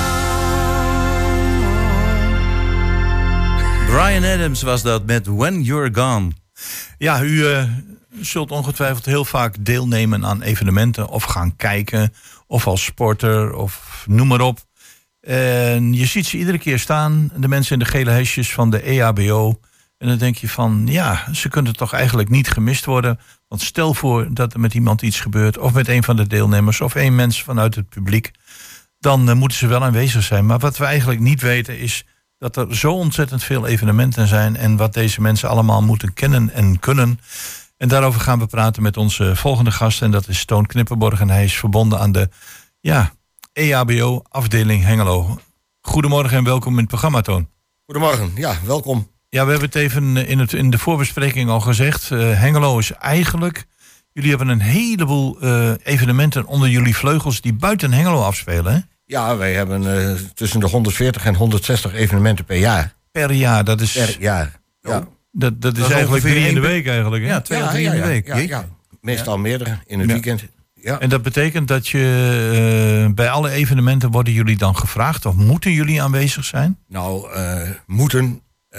gone. Bryan Adams was dat met When You're Gone. Ja, u zult ongetwijfeld heel vaak deelnemen aan evenementen of gaan kijken. Of als sporter of noem maar op. En je ziet ze iedere keer staan, de mensen in de gele hesjes van de EHBO. En dan denk je van, ja, ze kunnen toch eigenlijk niet gemist worden. Want stel voor dat er met iemand iets gebeurt, of met een van de deelnemers, of één mens vanuit het publiek. Dan moeten ze wel aanwezig zijn. Maar wat we eigenlijk niet weten is dat er zo ontzettend veel evenementen zijn en wat deze mensen allemaal moeten kennen en kunnen. En daarover gaan we praten met onze volgende gast en dat is Toon Knippenborg en hij is verbonden aan de EHBO afdeling Hengelo. Goedemorgen en welkom in het programma, Toon. Goedemorgen, ja, welkom. Ja, we hebben het even in de voorbespreking al gezegd. Hengelo is eigenlijk... Jullie hebben een heleboel evenementen onder jullie vleugels die buiten Hengelo afspelen, hè? Ja, wij hebben tussen de 140 en 160 evenementen per jaar. Per jaar, dat is... Per jaar, ja. Dat is eigenlijk 3 in de week eigenlijk, hè? Ja, 2 of 3 in de week. Ja. Meestal meerdere in het weekend. Ja. En dat betekent dat je bij alle evenementen worden jullie dan gevraagd of moeten jullie aanwezig zijn? Nou, moeten...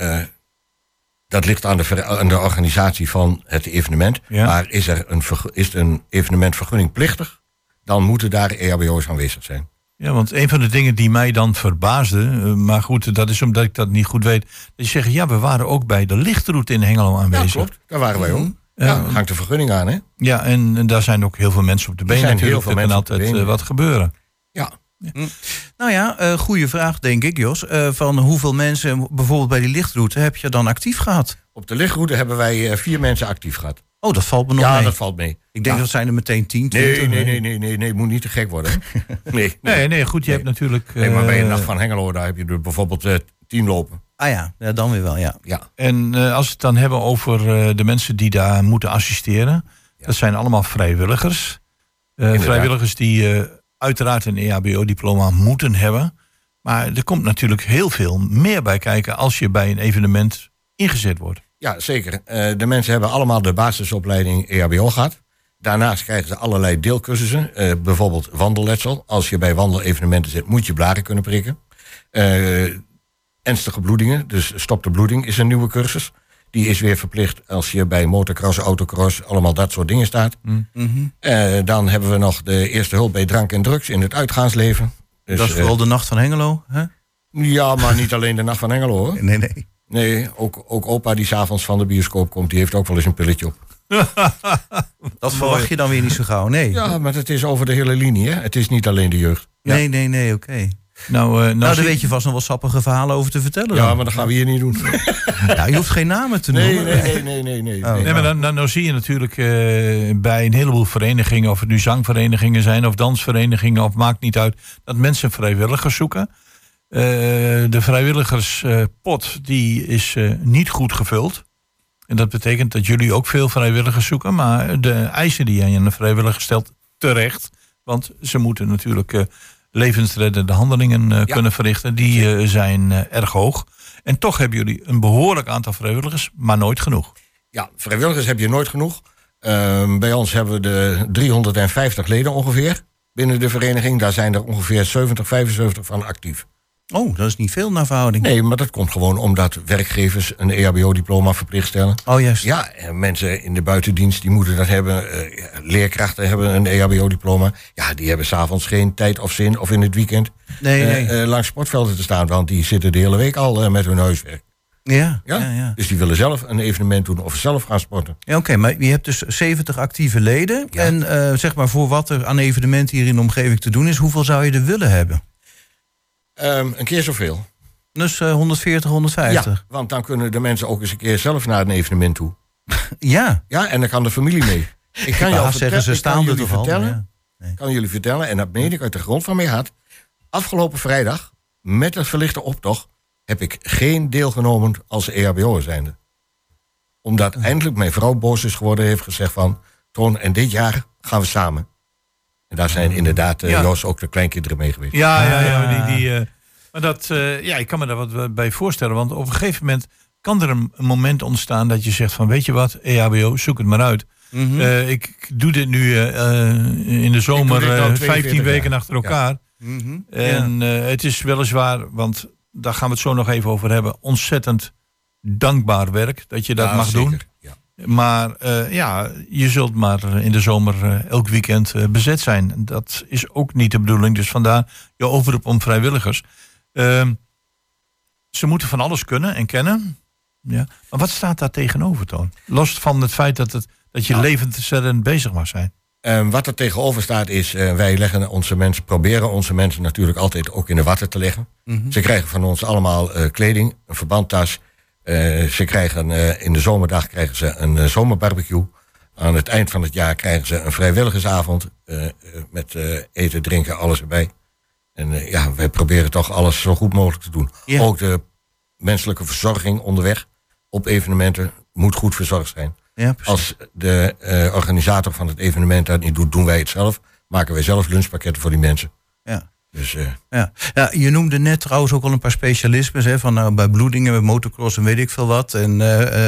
dat ligt aan de organisatie van het evenement. Ja. Maar is een evenement vergunningplichtig, dan moeten daar EHBO's aanwezig zijn. Ja, want een van de dingen die mij dan verbaasde, maar goed, dat is omdat ik dat niet goed weet. Dat je zegt, ja, we waren ook bij de lichtroute in Hengelo aanwezig. Ja, klopt. Daar waren wij ook. Ja, hangt de vergunning aan, hè? Ja, en daar zijn ook heel veel mensen op de been natuurlijk. Er kan altijd wat gebeuren. Ja. Nou ja, goede vraag denk ik, Jos. Van hoeveel mensen bijvoorbeeld bij die lichtroute heb je dan actief gehad? Op de lichtroute hebben wij 4 mensen actief gehad. Oh, dat valt me nog mee. Ja, dat valt mee. Ik denk dat zijn er meteen 10, 20. Nee, moet niet te gek worden. Hè? Nee, goed, je hebt natuurlijk... Nee, maar bij een Nacht van Hengelo, daar heb je er bijvoorbeeld 10 lopen. Ah ja, dan weer wel, ja. En als we het dan hebben over de mensen die daar moeten assisteren... dat zijn allemaal vrijwilligers. Vrijwilligers die uiteraard een EHBO-diploma moeten hebben. Maar er komt natuurlijk heel veel meer bij kijken... als je bij een evenement ingezet wordt. Ja, zeker. De mensen hebben allemaal de basisopleiding EHBO gehad. Daarnaast krijgen ze allerlei deelcursussen. Bijvoorbeeld wandelletsel. Als je bij wandelevenementen zit, moet je blaren kunnen prikken. Ernstige bloedingen, dus stop de bloeding is een nieuwe cursus. Die is weer verplicht als je bij motocross, autocross, allemaal dat soort dingen staat. Mm-hmm. Dan hebben we nog de eerste hulp bij drank en drugs in het uitgaansleven. Dus, dat is vooral de Nacht van Hengelo, hè? Ja, maar niet alleen de Nacht van Hengelo, hoor. Nee. Nee, ook opa die 's avonds van de bioscoop komt, die heeft ook wel eens een pilletje op. Dat verwacht je dan weer niet zo gauw, nee. Ja, maar het is over de hele linie, hè? Het is niet alleen de jeugd. Nee, oké. Nou, daar weet je vast nog wel sappige verhalen over te vertellen. Ja, dan. maar dat gaan we hier niet doen. Ja, je hoeft geen namen te noemen. Nee. Oh. Nee, maar dan zie je natuurlijk bij een heleboel verenigingen... of het nu zangverenigingen zijn of dansverenigingen... of maakt niet uit, dat mensen vrijwilligers zoeken. De vrijwilligerspot die is niet goed gevuld. En dat betekent dat jullie ook veel vrijwilligers zoeken... maar de eisen die je aan de vrijwilliger stelt, terecht. Want ze moeten natuurlijk... levensreddende handelingen kunnen verrichten. Die zijn erg hoog. En toch hebben jullie een behoorlijk aantal vrijwilligers, maar nooit genoeg. Ja, vrijwilligers heb je nooit genoeg. Bij ons hebben we de 350 leden ongeveer binnen de vereniging. Daar zijn er ongeveer 70, 75 van actief. Oh, dat is niet veel naar verhouding. Nee, maar dat komt gewoon omdat werkgevers een EHBO-diploma verplicht stellen. Oh, juist. Ja, en mensen in de buitendienst die moeten dat hebben. Leerkrachten hebben een EHBO-diploma. Ja, die hebben 's avonds geen tijd of zin of in het weekend langs sportvelden te staan. Want die zitten de hele week al met hun huiswerk. Ja. Dus die willen zelf een evenement doen of zelf gaan sporten. Ja, oké, maar je hebt dus 70 actieve leden. Ja. En zeg maar voor wat er aan evenementen hier in de omgeving te doen is... hoeveel zou je er willen hebben? Een keer zoveel. Dus 140, 150? Ja, want dan kunnen de mensen ook eens een keer zelf naar een evenement toe. Ja. Ja, en dan kan de familie mee. Ik kan jullie vertellen, en dat meen ik uit de grond van mijn hart... afgelopen vrijdag, met het verlichte optocht... heb ik geen deelgenomen als EHBO'er zijnde. Omdat eindelijk mijn vrouw boos is geworden... heeft gezegd van, Toon, en dit jaar gaan we samen. En daar zijn inderdaad, Jos, ook de kleinkinderen mee geweest. Maar dat, ik kan me daar wat bij voorstellen. Want op een gegeven moment kan er een moment ontstaan... dat je zegt van, weet je wat, EHBO, zoek het maar uit. Mm-hmm. Ik doe dit nu in de zomer 15 weken achter elkaar. Ja. Mm-hmm. En het is weliswaar, want daar gaan we het zo nog even over hebben... ontzettend dankbaar werk dat je dat mag zeker doen. Ja. Maar je zult maar in de zomer elk weekend bezet zijn. Dat is ook niet de bedoeling. Dus vandaar je oproep om vrijwilligers. Ze moeten van alles kunnen en kennen. Ja. Maar wat staat daar tegenover, Toon? Los van het feit dat je levensreddend bezig mag zijn. Wat er tegenover staat is, wij proberen onze mensen natuurlijk altijd ook in de watten te leggen. Ze krijgen van ons allemaal kleding, een verbandtas. Ze krijgen in de zomerdag krijgen ze een zomerbarbecue. Aan het eind van het jaar krijgen ze een vrijwilligersavond met eten, drinken, alles erbij. En wij proberen toch alles zo goed mogelijk te doen. Ja. Ook de menselijke verzorging onderweg op evenementen moet goed verzorgd zijn. Ja, precies. Als de organisator van het evenement dat niet doet, doen wij het zelf. Maken wij zelf lunchpakketten voor die mensen. Ja. Dus, Ja, je noemde net trouwens ook al een paar specialismes. Hè, van bij bloedingen, bij motocross en weet ik veel wat. En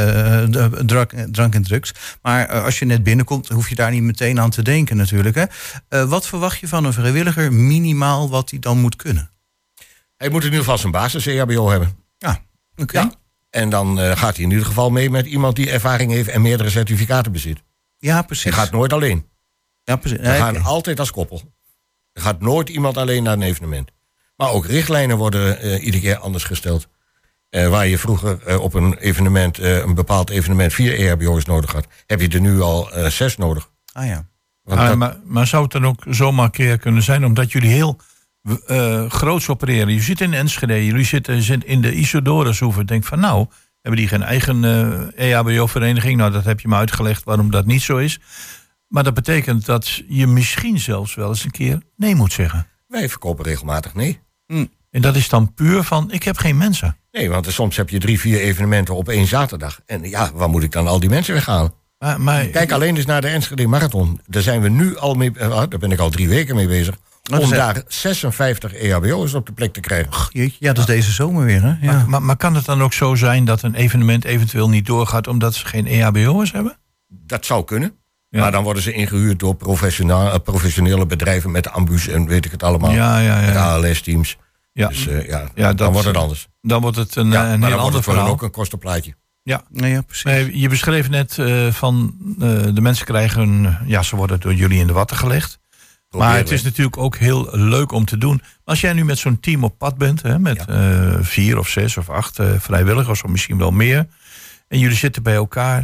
drank en drugs. Maar als je net binnenkomt, hoef je daar niet meteen aan te denken natuurlijk. Hè. Wat verwacht je van een vrijwilliger minimaal wat hij dan moet kunnen? hij moet in ieder geval zijn basis-EHBO hebben. Ja, oké. Ja. En dan gaat hij in ieder geval mee met iemand die ervaring heeft en meerdere certificaten bezit. Ja, precies. Hij gaat nooit alleen. Ja, precies. We gaan altijd als koppel. Er gaat nooit iemand alleen naar een evenement. Maar ook richtlijnen worden iedere keer anders gesteld. Waar je vroeger op een evenement, een bepaald evenement 4 EHBO's nodig had, heb je er nu al 6 nodig. Ah ja. Maar zou het dan ook zomaar een keer kunnen zijn, omdat jullie heel groots opereren. Je zit in Enschede, jullie zitten in de Isidorushoeve. Denk van nou, hebben die geen eigen EHBO-vereniging? Nou, dat heb je me uitgelegd waarom dat niet zo is. Maar dat betekent dat je misschien zelfs wel eens een keer nee moet zeggen. Wij verkopen regelmatig nee. En dat is dan puur van, ik heb geen mensen. Nee, want soms heb je 3, 4 evenementen op 1 zaterdag. En ja, waar moet ik dan al die mensen weghalen? Maar Kijk alleen eens naar de Enschede Marathon. Daar zijn we nu al mee, daar ben ik al 3 weken mee bezig. Om daar 56 EHBO's op de plek te krijgen. Ja, dat is deze zomer weer, hè? Ja. Maar kan het dan ook zo zijn dat een evenement eventueel niet doorgaat omdat ze geen EHBO'ers hebben? Dat zou kunnen. Ja. Maar dan worden ze ingehuurd door professionele bedrijven met ambus en weet ik het allemaal. Met ALS-teams. Ja. Dus dan wordt het anders. Dan wordt het een Maar heel dan ander wordt het verhaal. ook een kostenplaatje. Ja. Ja, precies. Nee, je beschreef net van de mensen krijgen, ze worden door jullie in de watten gelegd. Maar het is natuurlijk ook heel leuk om te doen. Als jij nu met zo'n team op pad bent, hè, met 4 of 6 of 8 vrijwilligers, of misschien wel meer. En jullie zitten bij elkaar.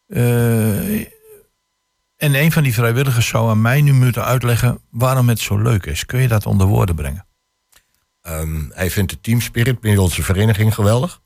En een van die vrijwilligers zou aan mij nu moeten uitleggen waarom het zo leuk is. Kun je dat onder woorden brengen? Hij vindt de teamspirit binnen onze vereniging geweldig.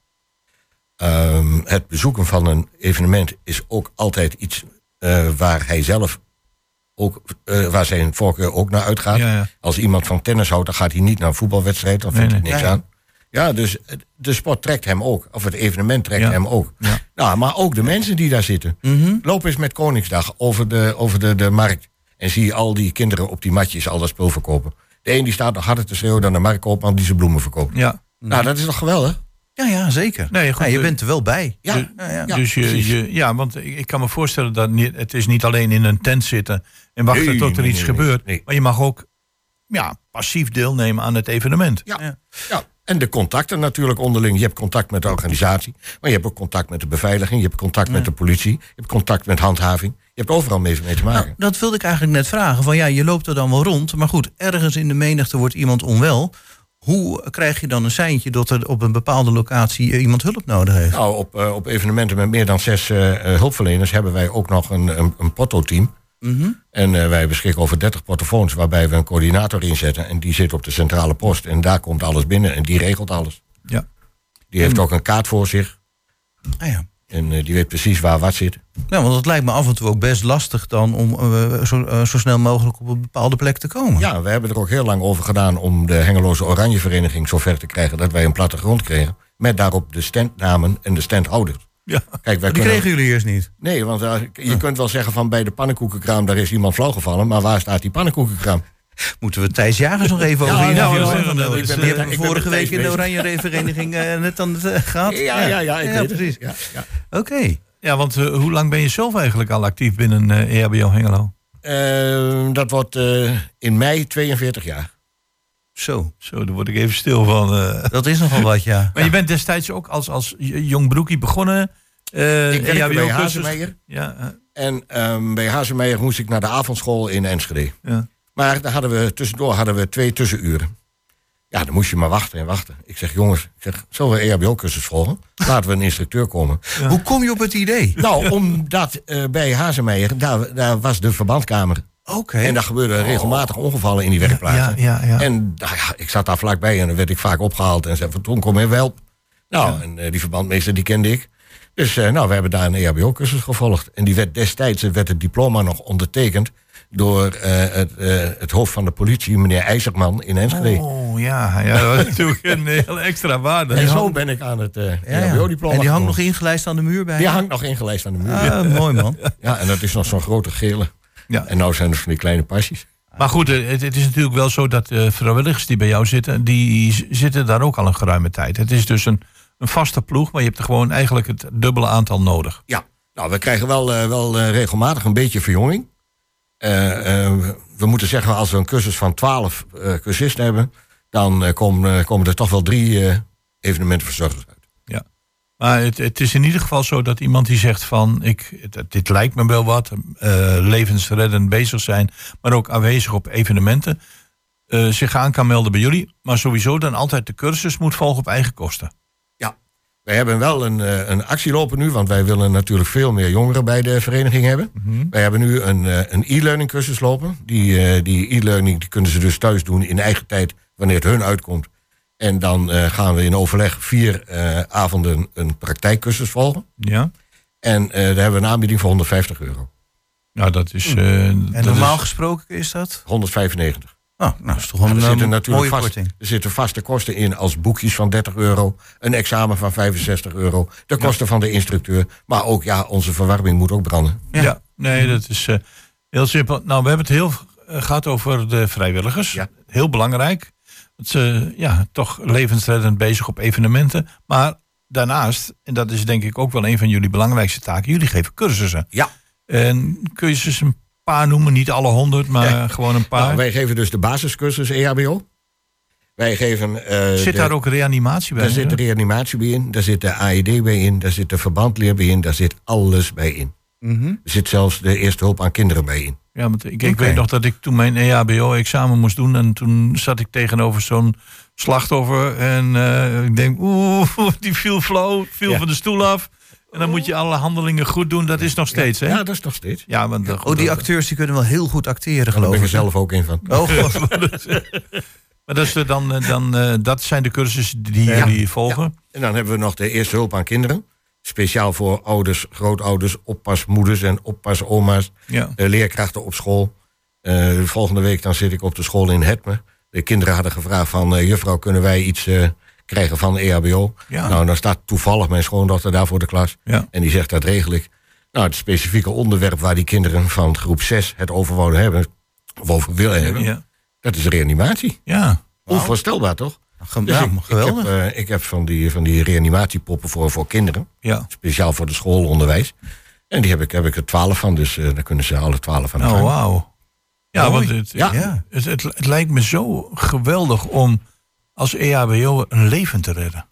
Het bezoeken van een evenement is ook altijd iets waar hij zelf ook, waar zijn voorkeur ook naar uitgaat. Ja. Als iemand van tennis houdt, dan gaat hij niet naar een voetbalwedstrijd. Dan vindt hij niks aan. Ja, dus de sport trekt hem ook. Of het evenement trekt hem ook. Ja. Nou, maar ook de mensen die daar zitten. Loop eens met Koningsdag over de markt. En zie je al die kinderen op die matjes al dat spul verkopen. De een die staat nog harder te schreeuwen dan de marktkoopman die zijn bloemen verkoopt. Ja. Nou, dat is toch geweldig? Ja, zeker. Nee, goed, je bent er wel bij. Ja. Dus want ik kan me voorstellen dat het is niet alleen in een tent zitten en wachten tot er iets gebeurt. Nee. Maar je mag ook passief deelnemen aan het evenement. Ja. En de contacten natuurlijk onderling. Je hebt contact met de organisatie. Maar je hebt ook contact met de beveiliging. Je hebt contact met de politie. Je hebt contact met handhaving. Je hebt overal mee te maken. Nou, dat wilde ik eigenlijk net vragen. Van je loopt er dan wel rond. Maar goed, ergens in de menigte wordt iemand onwel. Hoe krijg je dan een seintje dat er op een bepaalde locatie iemand hulp nodig heeft? Nou, op evenementen met meer dan 6 hulpverleners hebben wij ook nog een porto-team. En wij beschikken over 30 portofoons waarbij we een coördinator inzetten. En die zit op de centrale post. En daar komt alles binnen en die regelt alles. Ja. Die heeft ook een kaart voor zich. Ah ja. En die weet precies waar wat zit. Nou, want het lijkt me af en toe ook best lastig dan om zo snel mogelijk op een bepaalde plek te komen. Ja, we hebben er ook heel lang over gedaan om de Hengeloze Oranje Vereniging zover te krijgen dat wij een plattegrond kregen. Met daarop de standnamen en de standhouders. Ja. Kijk, Die kregen jullie eerst niet? Nee, want je kunt wel zeggen van bij de pannenkoekenkraam daar is iemand flauwgevallen. Maar waar staat die pannenkoekenkraam? Moeten we Thijs Jagers nog even over interviewen? Die hebben vorige week in de Oranje Vereniging net aan het gehad. Ja, ik weet precies. Ja. Oké. Ja, want hoe lang ben je zelf eigenlijk al actief binnen EHBO Hengelo? Dat wordt in mei 42 jaar. Zo, daar word ik even stil van. dat is nogal wat, ja. Maar je bent destijds ook als jong broekie begonnen. Ik werkte bij Hazemeijer. Ja. En bij Hazemeijer moest ik naar de avondschool in Enschede. Ja. Maar daar tussendoor hadden we 2 tussenuren. Ja, dan moest je maar wachten en wachten. Ik zeg, jongens, zullen we EHBO-cursus volgen? Laten we een instructeur komen. Hoe kom je op het idee? Nou, omdat bij Hazemeijer, daar was de verbandkamer. Oké. En daar gebeurden regelmatig ongevallen in die werkplaatsen. Ja. En ik zat daar vlakbij en dan werd ik vaak opgehaald en zei van Ton, kom even help. Nou, en die verbandmeester die kende ik. Dus we hebben daar een EHBO-cursus gevolgd. En die werd destijds het diploma nog ondertekend door het hoofd van de politie, meneer IJzerman in Enschede. Oh ja, dat was natuurlijk een heel extra waarde. En zo ben ik aan het EHBO-diploma. En die hangt nog ingelijst aan de muur bij Die je? hangt nog ingelijst aan de muur. Mooi man. Ja, en dat is nog zo'n grote gele. Ja. En nou zijn het van die kleine pasjes. Maar goed, het is natuurlijk wel zo dat vrijwilligers die bij jou zitten, die zitten daar ook al een geruime tijd. Het is dus een vaste ploeg, maar je hebt er gewoon eigenlijk het dubbele aantal nodig. Ja, nou, we krijgen wel regelmatig een beetje verjonging. We moeten zeggen, als we een cursus van 12 cursisten hebben, dan komen er toch wel 3 evenementenverzorgers uit. Ja. Maar het is in ieder geval zo dat iemand die zegt van, dit lijkt me wel wat, levensreddend bezig zijn, maar ook aanwezig op evenementen, zich aan kan melden bij jullie, maar sowieso dan altijd de cursus moet volgen op eigen kosten. Wij hebben wel een actie lopen nu, want wij willen natuurlijk veel meer jongeren bij de vereniging hebben. Mm-hmm. Wij hebben nu een e-learning cursus lopen. Die e-learning die kunnen ze dus thuis doen in eigen tijd, wanneer het hun uitkomt. En dan gaan we in overleg 4 avonden een praktijkcursus volgen. Ja. En daar hebben we een aanbieding voor €150. Nou, dat is... En normaal gesproken is dat? 195. Oh, nou, dat is toch wel Er zitten een natuurlijk mooie korting. er zitten vaste kosten in als boekjes van €30, een examen van €65, de kosten van de instructeur, maar ook onze verwarming moet ook branden. Ja, nee, dat is heel simpel. Nou, we hebben het heel gehad over de vrijwilligers. Ja. Heel belangrijk. Dat ze toch levensreddend bezig op evenementen. Maar daarnaast, en dat is denk ik ook wel een van jullie belangrijkste taken, jullie geven cursussen. Ja. En kun je ze een paar noemen, niet alle 100, maar gewoon een paar. Nou, wij geven dus de basiscursus EHBO. Wij geven... Zit daar ook reanimatie bij? Daar zit de reanimatie bij in, daar zit de AED bij in, daar zit de verbandleer bij in, daar zit alles bij in. Er zit zelfs de eerste hulp aan kinderen bij in. Ja, want ik weet nog dat ik toen mijn EHBO-examen moest doen en toen zat ik tegenover zo'n slachtoffer en ik denk, die viel flauw, van de stoel af. En dan moet je alle handelingen goed doen. Dat is nog steeds, hè? Ja, dat is nog steeds. Ja, want die acteurs die kunnen wel heel goed acteren, Daar geloof ben ik. ik er zelf ook in van. Oh, God. Maar dat zijn de cursussen die jullie volgen? Ja. En dan hebben we nog de eerste hulp aan kinderen. Speciaal voor ouders, grootouders, oppasmoeders en oppasoma's. Ja. Leerkrachten op school. Volgende week dan zit ik op de school in Hetme. De kinderen hadden gevraagd van... juffrouw, kunnen wij iets krijgen van EHBO? Ja. Nou, dan staat toevallig mijn schoondochter daar voor de klas. Ja. En die zegt, dat regel ik. Nou, het specifieke onderwerp waar die kinderen van groep 6 het over wouden hebben... of over willen hebben... Ja. dat is reanimatie. Ja. Onvoorstelbaar, toch? Dus Geweldig. ik heb van die reanimatiepoppen voor kinderen. Ja. Speciaal voor de schoolonderwijs. En die heb ik er 12 van, dus daar kunnen ze alle 12 van Oh, gaan. wauw. Ja, Mooi. want Ja. het lijkt me zo geweldig om als EHBO een leven te redden.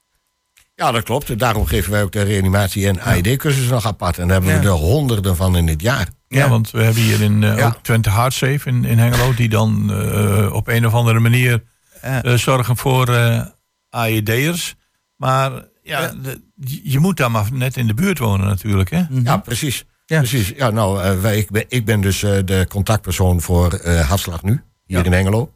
Ja, dat klopt. Daarom geven wij ook de reanimatie- en AED-cursussen nog apart. En daar hebben we er honderden van in dit jaar. Ja, want we hebben hier ook Twente Heartsafe in Hengelo... die dan op een of andere manier zorgen voor AED'ers. Maar je moet daar maar net in de buurt wonen natuurlijk, hè? Ja, precies. Ja. Precies. Ja, nou, ik ben dus de contactpersoon voor Hartslag Nu, hier in Hengelo.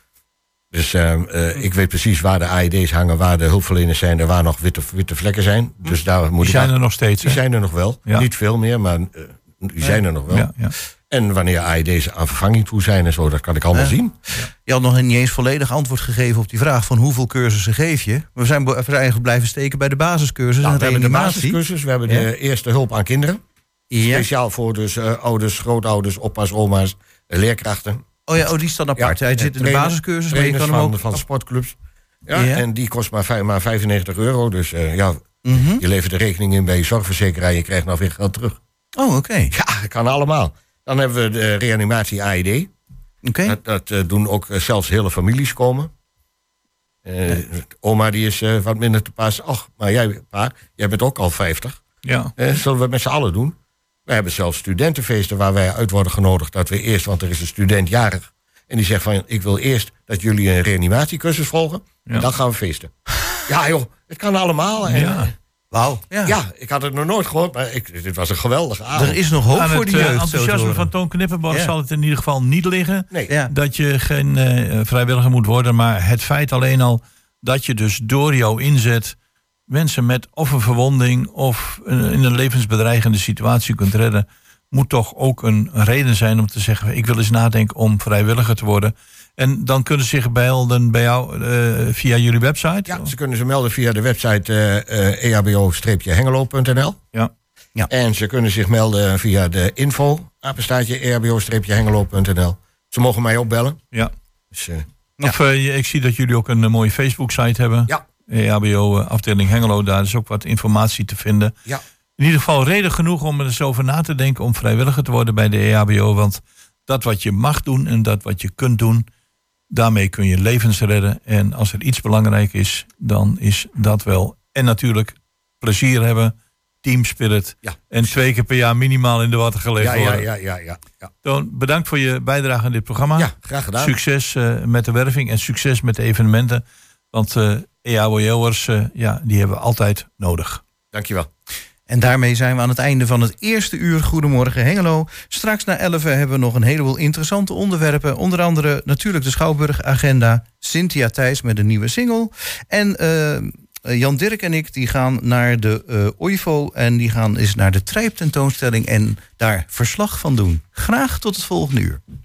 Dus ik weet precies waar de AED's hangen, waar de hulpverleners zijn en waar nog witte vlekken zijn. Dus daar moet Die zijn er nog steeds, Die hè? zijn er nog wel. Ja. Niet veel meer, maar die zijn er nog wel. Ja. En wanneer AED's aan vervanging toe zijn en zo, dat kan ik allemaal zien. Je had nog niet eens volledig antwoord gegeven op die vraag van hoeveel cursussen geef je. We zijn eigenlijk blijven steken bij de basiscursus Nou, en we hebben de reanimatie. basiscursus, we hebben de eerste hulp aan kinderen. Ja. Speciaal voor dus ouders, grootouders, oppas, oma's, leerkrachten. Oh, die staat apart. Hij zit in de basiscursus, maar je trainers kan hem ook... van sportclubs. Ja, Ja. En die kost maar €95. Dus je levert de rekening in bij je zorgverzekeraar en je krijgt nog weer geld terug. Oh, oké. Ja, dat kan allemaal. Dan hebben we de reanimatie AED. Oké. Dat doen ook zelfs hele families komen. Oma die is wat minder te pas. Och, maar jij bent ook al 50. Ja. Zullen we het met z'n allen doen? We hebben zelfs studentenfeesten waar wij uit worden genodigd. Dat we eerst, want er is een student jarig. En die zegt van, ik wil eerst dat jullie een reanimatiecursus volgen. Ja. En dan gaan we feesten. Ja joh, het kan allemaal. En, Ja. Wauw. Ja, ik had het nog nooit gehoord, maar dit was een geweldige avond. Er is nog hoop Aan voor het de jeugd. zo te enthousiasme horen. van Toon Knippenborg Ja. zal het in ieder geval niet liggen. Nee. Ja. Dat je geen vrijwilliger moet worden. Maar het feit alleen al dat je dus door jouw inzet mensen met of een verwonding of in een levensbedreigende situatie kunt redden, moet toch ook een reden zijn om te zeggen, ik wil eens nadenken om vrijwilliger te worden. En dan kunnen ze zich melden bij jou via jullie website? Ja, ze kunnen ze melden via de website ehbo-hengelo.nl. Ja. Ja. En ze kunnen zich melden via de info, apenstaartje ehbo-hengelo.nl. Ze mogen mij opbellen. Ja. Dus, Of ik zie dat jullie ook een mooie Facebook-site hebben. Ja. EHBO afdeling Hengelo, daar is ook wat informatie te vinden. Ja. In ieder geval reden genoeg om er eens over na te denken om vrijwilliger te worden bij de EHBO. Want dat wat je mag doen en dat wat je kunt doen, daarmee kun je levens redden. En als er iets belangrijk is, dan is dat wel. En natuurlijk plezier hebben, teamspirit. Ja. En 2 keer per jaar minimaal in de watten gelegd worden. Ja. Toon, bedankt voor je bijdrage aan dit programma. Ja, graag gedaan. Succes met de werving en succes met de evenementen. Want EHBO'ers, die hebben we altijd nodig. Dankjewel. En daarmee zijn we aan het einde van het eerste uur Goedemorgen Hengelo. Straks na 11 hebben we nog een heleboel interessante onderwerpen. Onder andere natuurlijk de Schouwburg-agenda. Cynthia Thijs met een nieuwe single. En Jan Dirk en ik die gaan naar de OIVO. En die gaan eens naar de Trijp tentoonstelling en daar verslag van doen. Graag tot het volgende uur.